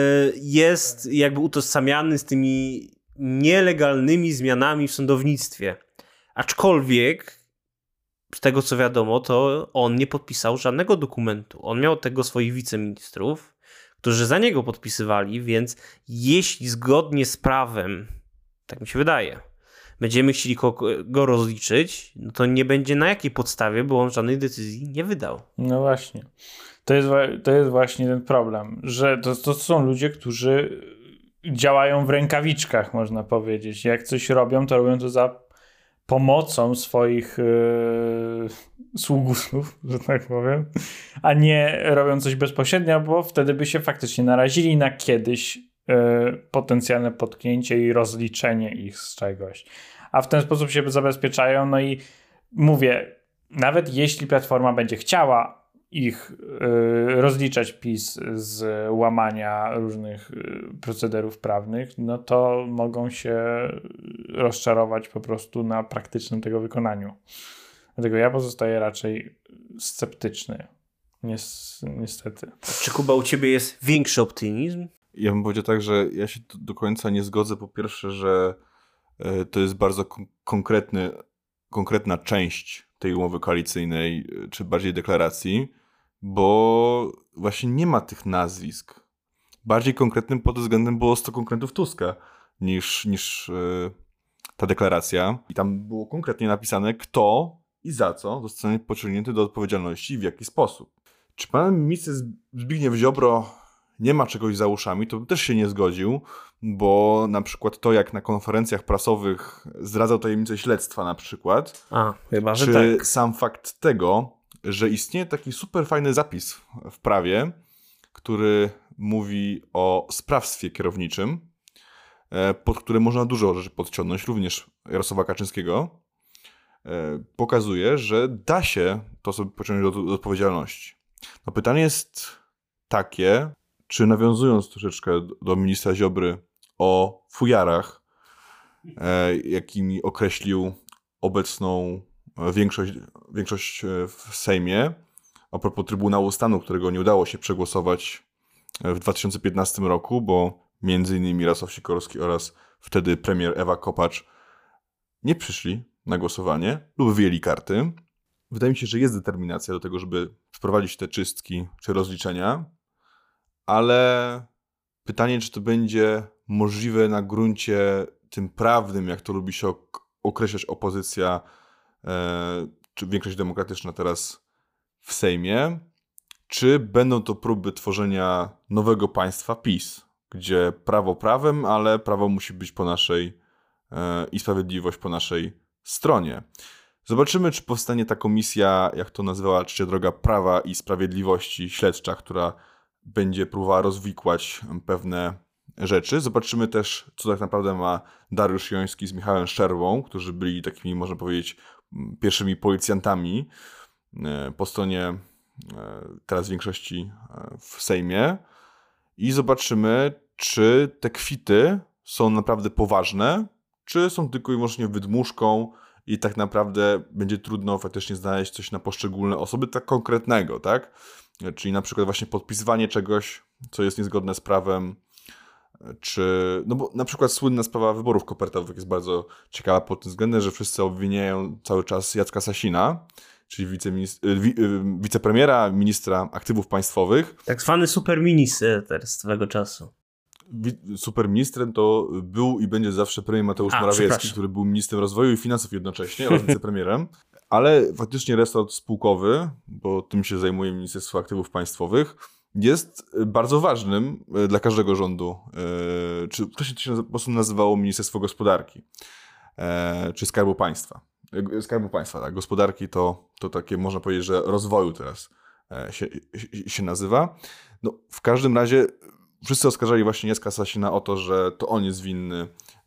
jest jakby utożsamiany z tymi nielegalnymi zmianami w sądownictwie. Aczkolwiek z tego co wiadomo, to on nie podpisał żadnego dokumentu. On miał tego swoich wiceministrów, którzy za niego podpisywali, więc jeśli zgodnie z prawem, tak mi się wydaje, będziemy chcieli go, go rozliczyć, no to nie będzie na jakiej podstawie, bo on żadnej decyzji nie wydał. No właśnie. To jest, to jest właśnie ten problem, że to, to są ludzie, którzy działają w rękawiczkach, można powiedzieć. Jak coś robią, to robią to za pomocą swoich yy, sługusów, że tak powiem, a nie robią coś bezpośrednio, bo wtedy by się faktycznie narazili na kiedyś yy, potencjalne potknięcie i rozliczenie ich z czegoś. A w ten sposób się zabezpieczają. No i mówię, nawet jeśli Platforma będzie chciała ich y, rozliczać PiS z łamania różnych y, procederów prawnych, no to mogą się rozczarować po prostu na praktycznym tego wykonaniu. Dlatego ja pozostaję raczej sceptyczny. Nies, niestety. Czy Kuba, u ciebie jest większy optymizm? Ja bym powiedział tak, że ja się do końca nie zgodzę. Po pierwsze, że y, to jest bardzo kon- konkretny, konkretna część tej umowy koalicyjnej, czy bardziej deklaracji, bo właśnie nie ma tych nazwisk. Bardziej konkretnym pod względem było sto konkretów Tuska niż, niż yy, ta deklaracja. I tam było konkretnie napisane, kto i za co zostanie pociągnięty do odpowiedzialności i w jaki sposób. Czy pan minister Zbigniew Ziobro nie ma czegoś za uszami, to bym też się nie zgodził, bo na przykład to, jak na konferencjach prasowych zdradzał tajemnicę śledztwa na przykład, A, chyba, że czy tak. sam fakt tego, że istnieje taki super fajny zapis w prawie, który mówi o sprawstwie kierowniczym, pod które można dużo rzeczy podciągnąć, również Jarosława Kaczyńskiego, pokazuje, że da się to sobie pociągnąć do, do odpowiedzialności. No pytanie jest takie, czy nawiązując troszeczkę do ministra Ziobry o fujarach, jakimi określił obecną Większość, większość w Sejmie, a propos Trybunału Stanu, którego nie udało się przegłosować w dwa tysiące piętnastym roku, bo między innymi Jarosław Sikorski oraz wtedy premier Ewa Kopacz nie przyszli na głosowanie lub wyjęli karty. Wydaje mi się, że jest determinacja do tego, żeby wprowadzić te czystki czy rozliczenia, ale pytanie, czy to będzie możliwe na gruncie tym prawnym, jak to lubi się ok- określać opozycja, czy większość demokratyczna teraz w Sejmie, czy będą to próby tworzenia nowego państwa PiS, gdzie prawo prawem, ale prawo musi być po naszej i sprawiedliwość po naszej stronie. Zobaczymy, czy powstanie ta komisja, jak to nazywała Trzecia Droga Prawa i Sprawiedliwości, śledcza, która będzie próbowała rozwikłać pewne rzeczy. Zobaczymy też, co tak naprawdę ma Dariusz Joński z Michałem Szczerbą, którzy byli takimi, można powiedzieć, pierwszymi policjantami po stronie teraz większości w Sejmie. I zobaczymy, czy te kwity są naprawdę poważne, czy są tylko i wyłącznie wydmuszką i tak naprawdę będzie trudno faktycznie znaleźć coś na poszczególne osoby tak konkretnego, tak? Czyli na przykład właśnie podpisywanie czegoś, co jest niezgodne z prawem, czy, no bo na przykład słynna sprawa wyborów kopertowych jest bardzo ciekawa pod tym względem, że wszyscy obwiniają cały czas Jacka Sasina, czyli wiceministr, wi, wicepremiera, ministra aktywów państwowych. Tak zwany superminister swego czasu. Superministrem to był i będzie zawsze premier Mateusz A, Morawiecki, który był ministrem rozwoju i finansów jednocześnie oraz wicepremierem, ale faktycznie resort spółkowy, bo tym się zajmuje Ministerstwo Aktywów Państwowych, jest bardzo ważnym dla każdego rządu. Czy wcześniej to się po prostu nazywało Ministerstwo Gospodarki, czy Skarbu Państwa. Skarbu Państwa, tak. Gospodarki to, to takie, można powiedzieć, że rozwoju teraz się, się nazywa. No, w każdym razie wszyscy oskarżali właśnie Jacka Sasina o to, że to on jest winny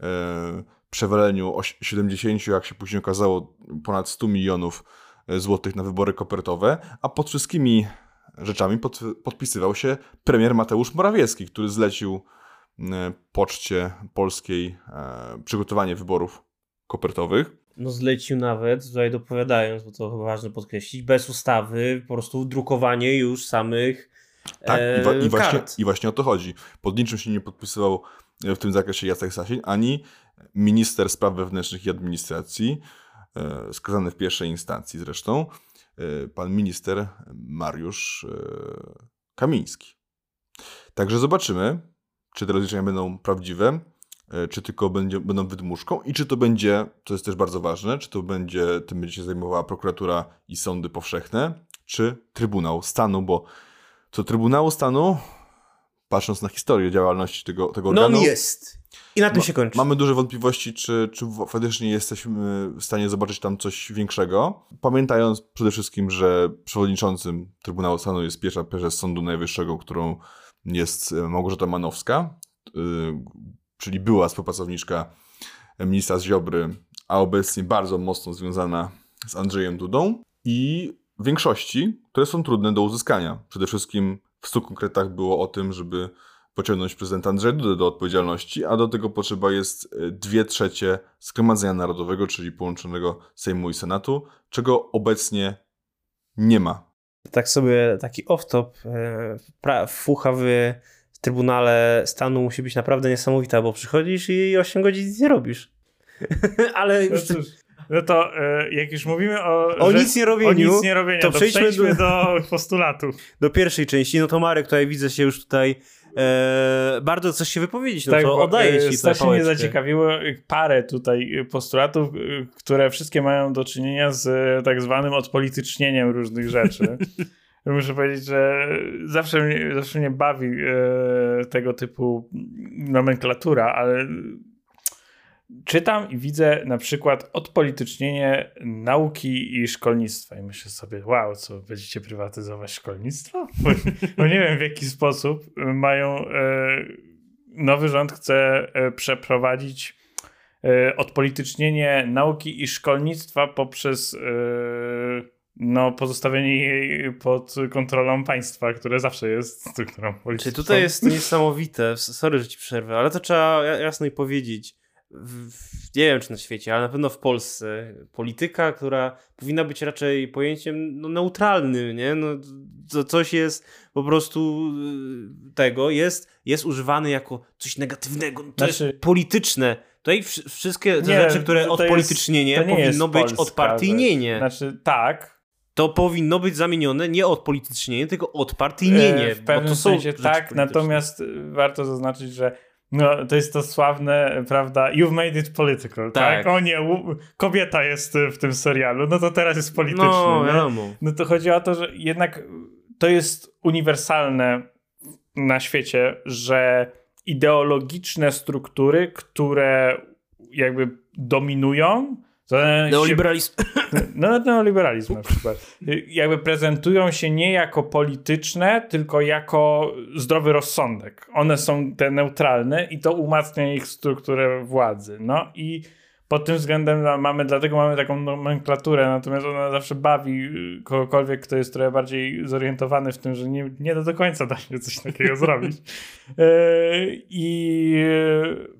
przewaleniu siedemdziesięciu, jak się później okazało, ponad stu milionów złotych na wybory kopertowe, a pod wszystkimi rzeczami pod, podpisywał się premier Mateusz Morawiecki, który zlecił Poczcie Polskiej przygotowanie wyborów kopertowych. No zlecił nawet, tutaj dopowiadając, bo to chyba ważne podkreślić, bez ustawy po prostu drukowanie już samych tak, e, i, wa- i, właśnie, kart. i właśnie o to chodzi. Pod niczym się nie podpisywał w tym zakresie Jacek Sasin, ani minister spraw wewnętrznych i administracji, e, skazany w pierwszej instancji zresztą, e, pan minister Mariusz e, Kamiński. Także zobaczymy, czy te rozliczenia będą prawdziwe, e, czy tylko będzie, będą wydmuszką i czy to będzie, co jest też bardzo ważne, czy to będzie, tym będzie się zajmowała prokuratura i sądy powszechne, czy Trybunał Stanu, bo co Trybunału Stanu, patrząc na historię działalności tego, tego No organu... on jest. I na tym ma, się kończy. Mamy duże wątpliwości, czy, czy faktycznie jesteśmy w stanie zobaczyć tam coś większego. Pamiętając przede wszystkim, że przewodniczącym Trybunału Stanu jest pierwsza prezes Sądu Najwyższego, którą jest Małgorzata Manowska, yy, czyli była współpracowniczka ministra Ziobry, a obecnie bardzo mocno związana z Andrzejem Dudą i większości, które są trudne do uzyskania. Przede wszystkim w stu konkretach było o tym, żeby pociągnąć prezydenta Andrzeja Dudę do odpowiedzialności, a do tego potrzeba jest dwie trzecie Zgromadzenia Narodowego, czyli połączonego Sejmu i Senatu, czego obecnie nie ma. Tak sobie taki off-top, pra- fucha w Trybunale Stanu musi być naprawdę niesamowita, bo przychodzisz i osiem godzin nic nie robisz. Ale już... No, cóż, no to e, jak już mówimy o, o że, nic nie robieniu, o nic nie robieniu, to, to przejdźmy, przejdźmy do, do postulatów. do pierwszej części. No to Marek, tutaj widzę się już tutaj e, bardzo chcesz się wypowiedzieć, no tak, to oddaję ci strasznie tutaj mnie pałeczkę. zaciekawiło parę tutaj postulatów, które wszystkie mają do czynienia z tak zwanym odpolitycznieniem różnych rzeczy. Muszę powiedzieć, że zawsze mnie, zawsze mnie bawi e, tego typu nomenklatura, ale czytam i widzę na przykład odpolitycznienie nauki i szkolnictwa i myślę sobie, wow, co, będziecie prywatyzować szkolnictwo? Bo, bo nie wiem, w jaki sposób mają, e, nowy rząd chce e, przeprowadzić e, odpolitycznienie nauki i szkolnictwa poprzez e, no, pozostawienie jej pod kontrolą państwa, które zawsze jest strukturą polityczną. Czyli tutaj jest niesamowite, sorry, że ci przerwę, ale to trzeba jasno i powiedzieć. W, w, nie wiem, czy na świecie, ale na pewno w Polsce polityka, która powinna być raczej pojęciem no, neutralnym, nie? No, to coś jest po prostu tego, jest, jest używane jako coś negatywnego, to znaczy, jest polityczne. Tutaj w, wszystkie te nie, rzeczy, które odpolitycznienie jest, powinno być Polska, odpartyjnienie. Znaczy tak. To powinno być zamienione nie odpolitycznienie, tylko odpartyjnienie. E, w pewnym bo to są sensie tak, natomiast warto zaznaczyć, że no, to jest to sławne, prawda, you've made it political, tak? tak? O nie, u, kobieta jest w tym serialu, no to teraz jest polityczny. No, nie? wiadomo. No to chodzi o to, że jednak to jest uniwersalne na świecie, że ideologiczne struktury, które jakby dominują, neoliberalizm. No, neoliberalizm na przykład. Jakby prezentują się nie jako polityczne, tylko jako zdrowy rozsądek. One są te neutralne i to umacnia ich strukturę władzy. No i pod tym względem mamy, dlatego mamy taką nomenklaturę, natomiast ona zawsze bawi kogokolwiek, kto jest trochę bardziej zorientowany w tym, że nie, nie do końca da się coś takiego zrobić. Yy, I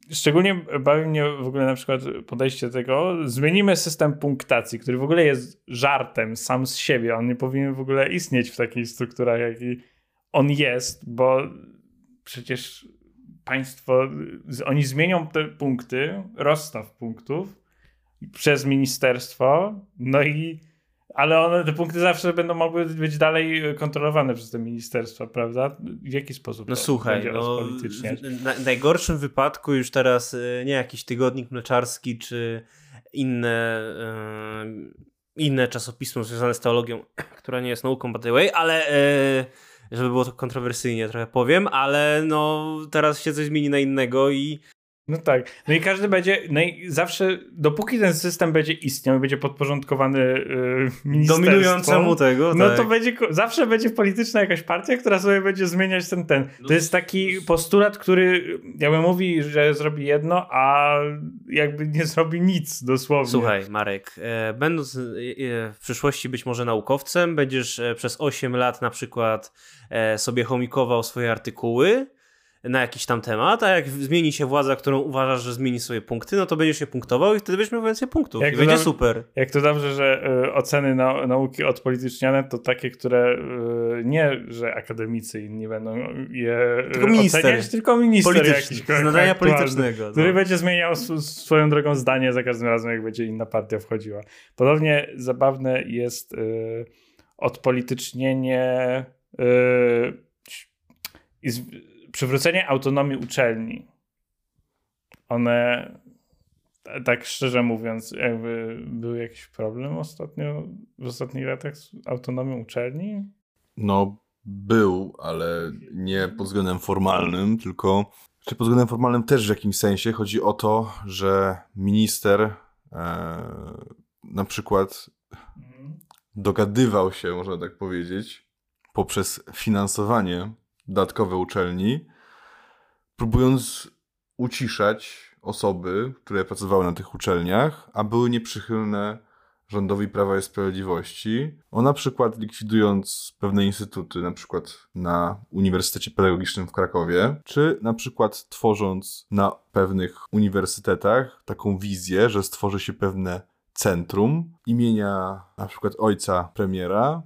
szczególnie bawi mnie w ogóle na przykład podejście do tego, zmienimy system punktacji, który w ogóle jest żartem sam z siebie. On nie powinien w ogóle istnieć w takich strukturach, jaki on jest, bo przecież państwo, oni zmienią te punkty, rozstaw punktów przez ministerstwo, no i ale one, te punkty zawsze będą mogły być dalej kontrolowane przez te ministerstwa, prawda? W jaki sposób no to słuchaj, będzie no, rozpolityczniać? w na, najgorszym wypadku już teraz nie jakiś tygodnik mleczarski, czy inne, yy, inne czasopismo związane z teologią, która nie jest nauką by the way, ale yy, żeby było to kontrowersyjnie trochę powiem, ale no teraz się coś zmieni na innego i No tak. No i każdy będzie, no i zawsze, dopóki ten system będzie istniał i będzie podporządkowany yy, ministerstwu, dominującemu tego, no tak. to będzie, zawsze będzie polityczna jakaś partia, która sobie będzie zmieniać ten, ten. To jest taki postulat, który jakby mówi, że zrobi jedno, a jakby nie zrobi nic dosłownie. Słuchaj, Marek, e, będąc e, w przyszłości być może naukowcem, będziesz e, przez osiem lat na przykład e, sobie chomikował swoje artykuły na jakiś tam temat, a jak zmieni się władza, którą uważasz, że zmieni swoje punkty, no to będziesz się punktował i wtedy będziesz miał więcej punktów. Jak I będzie dobrze, super. Jak to dobrze, że y, oceny na, nauki odpolityczniane to takie, które y, nie, że akademicy inni będą je tylko minister. oceniać, tylko minister jakiś. Z nadania politycznego. Który no. będzie zmieniał sw- swoją drogą zdanie za każdym razem, jak będzie inna partia wchodziła. Podobnie zabawne jest y, odpolitycznienie y, i z, przywrócenie autonomii uczelni. One, tak szczerze mówiąc, jakby był jakiś problem ostatnio, w ostatnich latach z autonomią uczelni? No, był, ale nie pod względem formalnym, tylko czy pod względem formalnym też w jakimś sensie chodzi o to, że minister e, na przykład dogadywał się, można tak powiedzieć, poprzez finansowanie dodatkowe uczelni, próbując uciszać osoby, które pracowały na tych uczelniach, a były nieprzychylne rządowi Prawa i Sprawiedliwości. O na przykład likwidując pewne instytuty, na przykład na Uniwersytecie Pedagogicznym w Krakowie, czy na przykład tworząc na pewnych uniwersytetach taką wizję, że stworzy się pewne centrum imienia na przykład ojca premiera,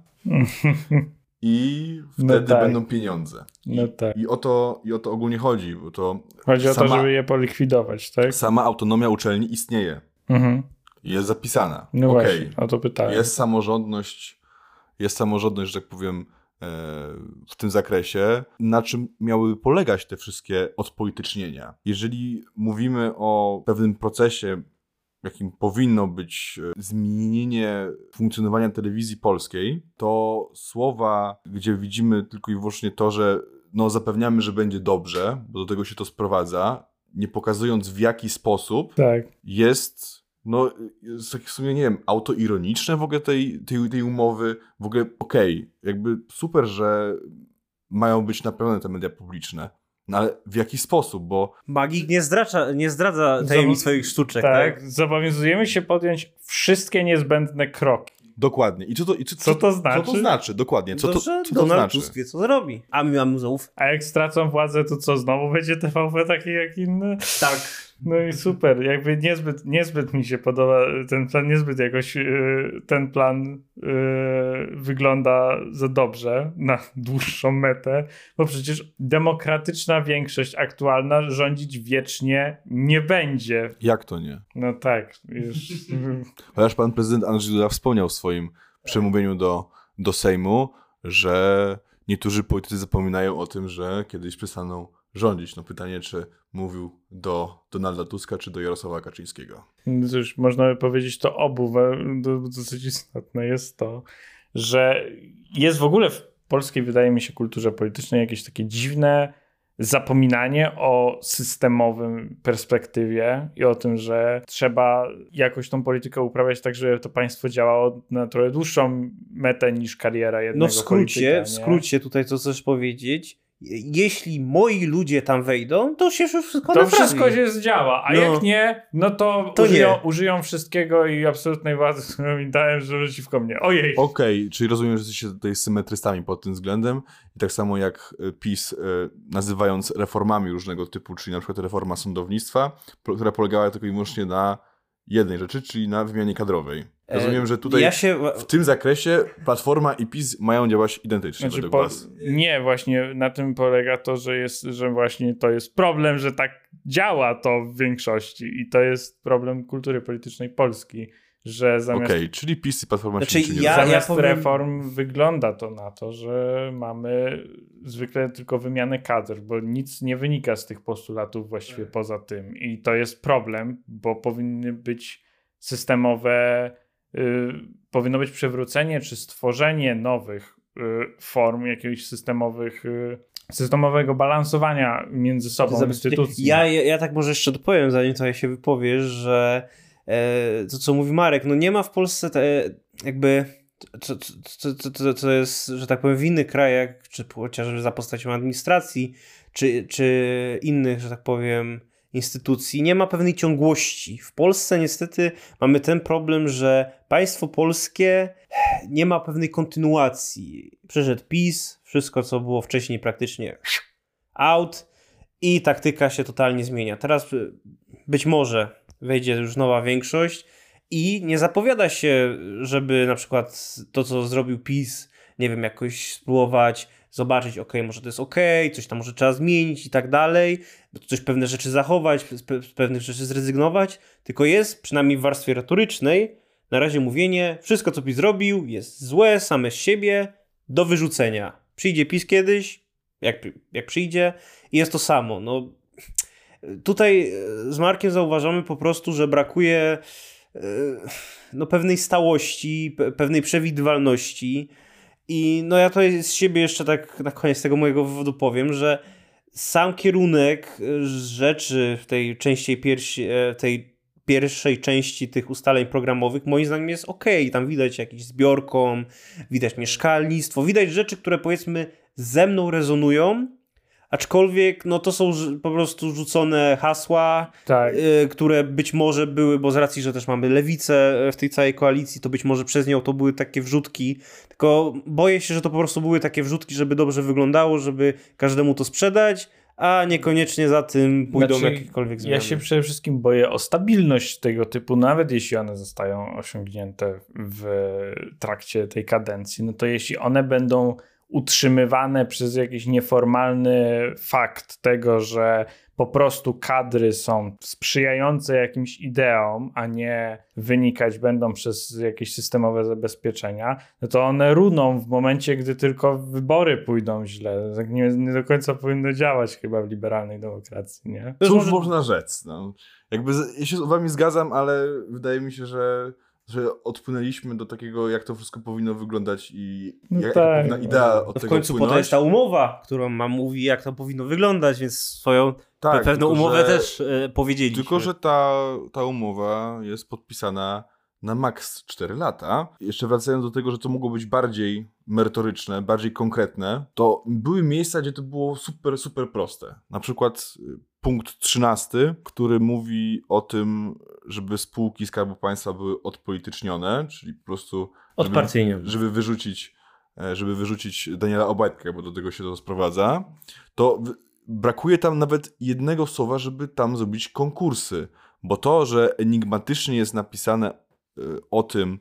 i wtedy no tak. będą pieniądze. I, no tak. i, o to, I o to ogólnie chodzi. Bo to chodzi sama, o to, żeby je polikwidować, tak? Sama autonomia uczelni istnieje. Mhm. Jest zapisana. No okay. właśnie, o to pytałem. Jest samorządność, jest samorządność, że tak powiem, w tym zakresie, na czym miałyby polegać te wszystkie odpolitycznienia. Jeżeli mówimy o pewnym procesie, jakim powinno być zmienienie funkcjonowania telewizji polskiej, to słowa, gdzie widzimy tylko i wyłącznie to, że no, zapewniamy, że będzie dobrze, bo do tego się to sprowadza, nie pokazując w jaki sposób, tak. jest, no, jest takie w sumie, nie wiem, autoironiczne w ogóle tej, tej, tej umowy, w ogóle okej, okay, jakby super, że mają być napełnione te media publiczne. No ale w jaki sposób, bo... Magik nie zdradza, nie zdradza tajemnic swoich sztuczek, tak, tak? Zobowiązujemy się podjąć wszystkie niezbędne kroki. Dokładnie. I co to, i co, co to znaczy? Co to znaczy, dokładnie. Co to, to, że co to Donald znaczy? Tusk wie, co zrobi. A my mamy mu zaufać. A jak stracą władzę, to co, znowu będzie T V P taki jak inny? Tak. No i super. Jakby niezbyt, niezbyt mi się podoba ten plan, niezbyt jakoś yy, ten plan yy, wygląda za dobrze na dłuższą metę, bo przecież demokratyczna większość aktualna rządzić wiecznie nie będzie. Jak to nie? No tak. Już... Chociaż pan prezydent Andrzej Duda wspomniał w swoim przemówieniu do, do Sejmu, że niektórzy politycy zapominają o tym, że kiedyś przestaną rządzić. No pytanie, czy mówił do Donalda Tuska, czy do Jarosława Kaczyńskiego. Cóż, można by powiedzieć to obu. Dosyć istotne jest to, że jest w ogóle w polskiej, wydaje mi się, kulturze politycznej jakieś takie dziwne zapominanie o systemowym perspektywie i o tym, że trzeba jakoś tą politykę uprawiać tak, żeby to państwo działało na trochę dłuższą metę niż kariera jednego No w skrócie, polityka, w skrócie tutaj co chcesz powiedzieć, jeśli moi ludzie tam wejdą, to się wszystko To naprawi. wszystko się zdziała, a No. jak nie, no to, To użyją, nie. użyją wszystkiego i absolutnej władzy, którą mi dałem, że przeciwko mnie. Ojej. Okej, okay, czyli rozumiem, że jesteście tutaj symetrystami pod tym względem i tak samo jak PiS, nazywając reformami różnego typu, czyli na przykład reforma sądownictwa, która polegała tylko i wyłącznie na jednej rzeczy, czyli na wymianie kadrowej. Rozumiem, że tutaj ja się... w tym zakresie Platforma i PiS mają działać identycznie Znaczy, według po, was. nie, właśnie na tym polega to, że, jest, że właśnie to jest problem, że tak działa to w większości i to jest problem kultury politycznej Polski, że zamiast, Okej, okay, czyli PiS i Platforma Znaczy, się niczym nie ja- różnią. zamiast powiem- reform wygląda to na to, że mamy zwykle tylko wymianę kadr, bo nic nie wynika z tych postulatów właściwie poza tym i to jest problem, bo powinny być systemowe y, powinno być przywrócenie czy stworzenie nowych y, form jakiegoś systemowych, y, systemowego balansowania między sobą instytucji. Ja, ja, ja tak może jeszcze dopowiem, zanim tutaj się wypowiesz, że e, to, co mówi Marek, no nie ma w Polsce te, jakby to, to, to, to, to jest, że tak powiem, w innych krajach, czy chociażby za postacią administracji, czy, czy innych, że tak powiem, instytucji, nie ma pewnej ciągłości. W Polsce niestety mamy ten problem, że państwo polskie nie ma pewnej kontynuacji. Przyszedł PiS, wszystko co było wcześniej praktycznie out i taktyka się totalnie zmienia. Teraz być może wejdzie już nowa większość i nie zapowiada się, żeby na przykład to, co zrobił PiS, nie wiem, jakoś spróbować zobaczyć, ok, może to jest ok, coś tam może trzeba zmienić i tak dalej, coś pewne rzeczy zachować, z, pe- z pewnych rzeczy zrezygnować, tylko jest, przynajmniej w warstwie retorycznej, na razie mówienie, wszystko co PiS zrobił jest złe, same z siebie, do wyrzucenia. Przyjdzie PiS kiedyś, jak, jak przyjdzie i jest to samo. No, tutaj z Markiem zauważamy po prostu, że brakuje no, pewnej stałości, pe- pewnej przewidywalności. I no ja to z siebie jeszcze tak na koniec tego mojego wywodu powiem, że sam kierunek rzeczy w tej części piersi, tej pierwszej części tych ustaleń programowych moim zdaniem jest okej. Tam widać jakiś zbiorkom, widać mieszkalnictwo, widać rzeczy, które powiedzmy ze mną rezonują, aczkolwiek no to są po prostu rzucone hasła, Tak. y, które być może były, bo z racji, że też mamy lewicę w tej całej koalicji, to być może przez nią to były takie wrzutki, tylko boję się, że to po prostu były takie wrzutki, żeby dobrze wyglądało, żeby każdemu to sprzedać, a niekoniecznie za tym pójdą Znaczy, jakiekolwiek zmiany. Ja się przede wszystkim boję o stabilność tego typu, nawet jeśli one zostają osiągnięte w trakcie tej kadencji, no to jeśli one będą utrzymywane przez jakiś nieformalny fakt tego, że po prostu kadry są sprzyjające jakimś ideom, a nie wynikać będą przez jakieś systemowe zabezpieczenia, no to one runą w momencie, gdy tylko wybory pójdą źle. Tak nie, nie do końca powinno działać chyba w liberalnej demokracji, nie? Cóż może- można rzec? No. Jakby z, ja się z wami zgadzam, ale wydaje mi się, że, że odpłynęliśmy do takiego, jak to wszystko powinno wyglądać i No jak, tak. jaka powinna idea od No w tego końcu po to płynąć. jest ta umowa, którą mam mówi, jak to powinno wyglądać, więc swoją Tak, pewną tylko, umowę że- też e, powiedzieliśmy. Tylko, że ta, ta umowa jest podpisana na maks cztery lata. Jeszcze wracając do tego, że to mogło być bardziej merytoryczne, bardziej konkretne, to były miejsca, gdzie to było super, super proste. Na przykład y, punkt trzynasty, który mówi o tym, żeby spółki Skarbu Państwa były odpolitycznione, czyli po prostu żeby, Odpartyjnione. żeby wyrzucić e, żeby wyrzucić Daniela Obajtka, bo do tego się to sprowadza, to w, brakuje tam nawet jednego słowa, żeby tam zrobić konkursy. Bo to, że enigmatycznie jest napisane y, o tym,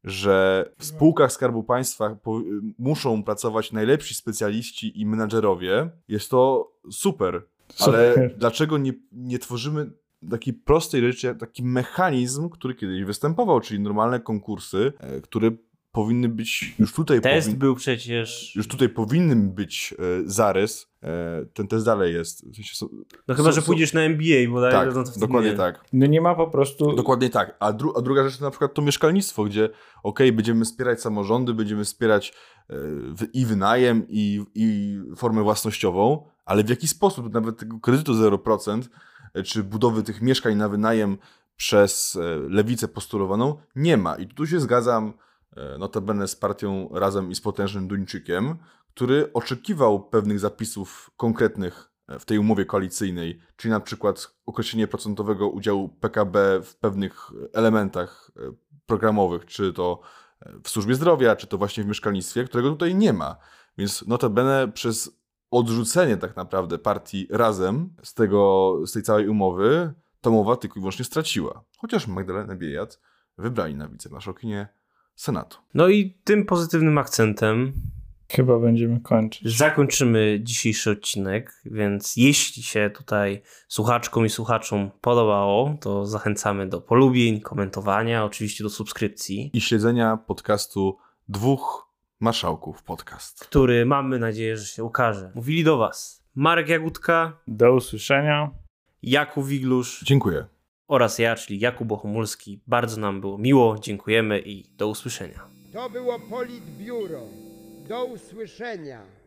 że w spółkach Skarbu Państwa po, y, muszą pracować najlepsi specjaliści i menadżerowie, jest to super. Ale Super. dlaczego nie, nie tworzymy takiej prostej rzeczy, jak taki mechanizm, który kiedyś występował, czyli normalne konkursy, e, które powinny być już tutaj... Test powin- był przecież... Już tutaj powinien być e, zarys. E, ten test dalej jest. W sensie są, No chyba, są- że są- pójdziesz na N B A, bo Tak, no to wtedy dokładnie nie. tak. No nie ma po prostu... Dokładnie tak. A, dru- a druga rzecz to na przykład to mieszkalnictwo, gdzie okej, będziemy wspierać samorządy, będziemy wspierać e, w, i wynajem, i, i formę własnościową, ale w jaki sposób? Nawet tego kredytu zero procent, e, czy budowy tych mieszkań na wynajem przez e, lewicę postulowaną nie ma. I tu się zgadzam e, notabene z partią Razem i z potężnym Duńczykiem, który oczekiwał pewnych zapisów konkretnych w tej umowie koalicyjnej, czyli na przykład określenie procentowego udziału P K B w pewnych elementach programowych, czy to w służbie zdrowia, czy to właśnie w mieszkalnictwie, którego tutaj nie ma. Więc notabene przez odrzucenie tak naprawdę partii Razem z, tego, z tej całej umowy, ta umowa tylko i wyłącznie straciła. Chociaż Magdalenę Biejat wybrali na wicemarszałkinię Senatu. No i tym pozytywnym akcentem chyba będziemy kończyć. Zakończymy dzisiejszy odcinek, więc jeśli się tutaj słuchaczkom i słuchaczom podobało, to zachęcamy do polubień, komentowania, oczywiście do subskrypcji. I śledzenia podcastu Dwóch Marszałków Podcast, który mamy nadzieję, że się ukaże. Mówili do Was Marek Jagódka. Do usłyszenia. Jakub Wiglusz. Dziękuję. Oraz ja, czyli Jakub Bohumulski. Bardzo nam było miło, dziękujemy i do usłyszenia. To było Politbiuro. Do usłyszenia.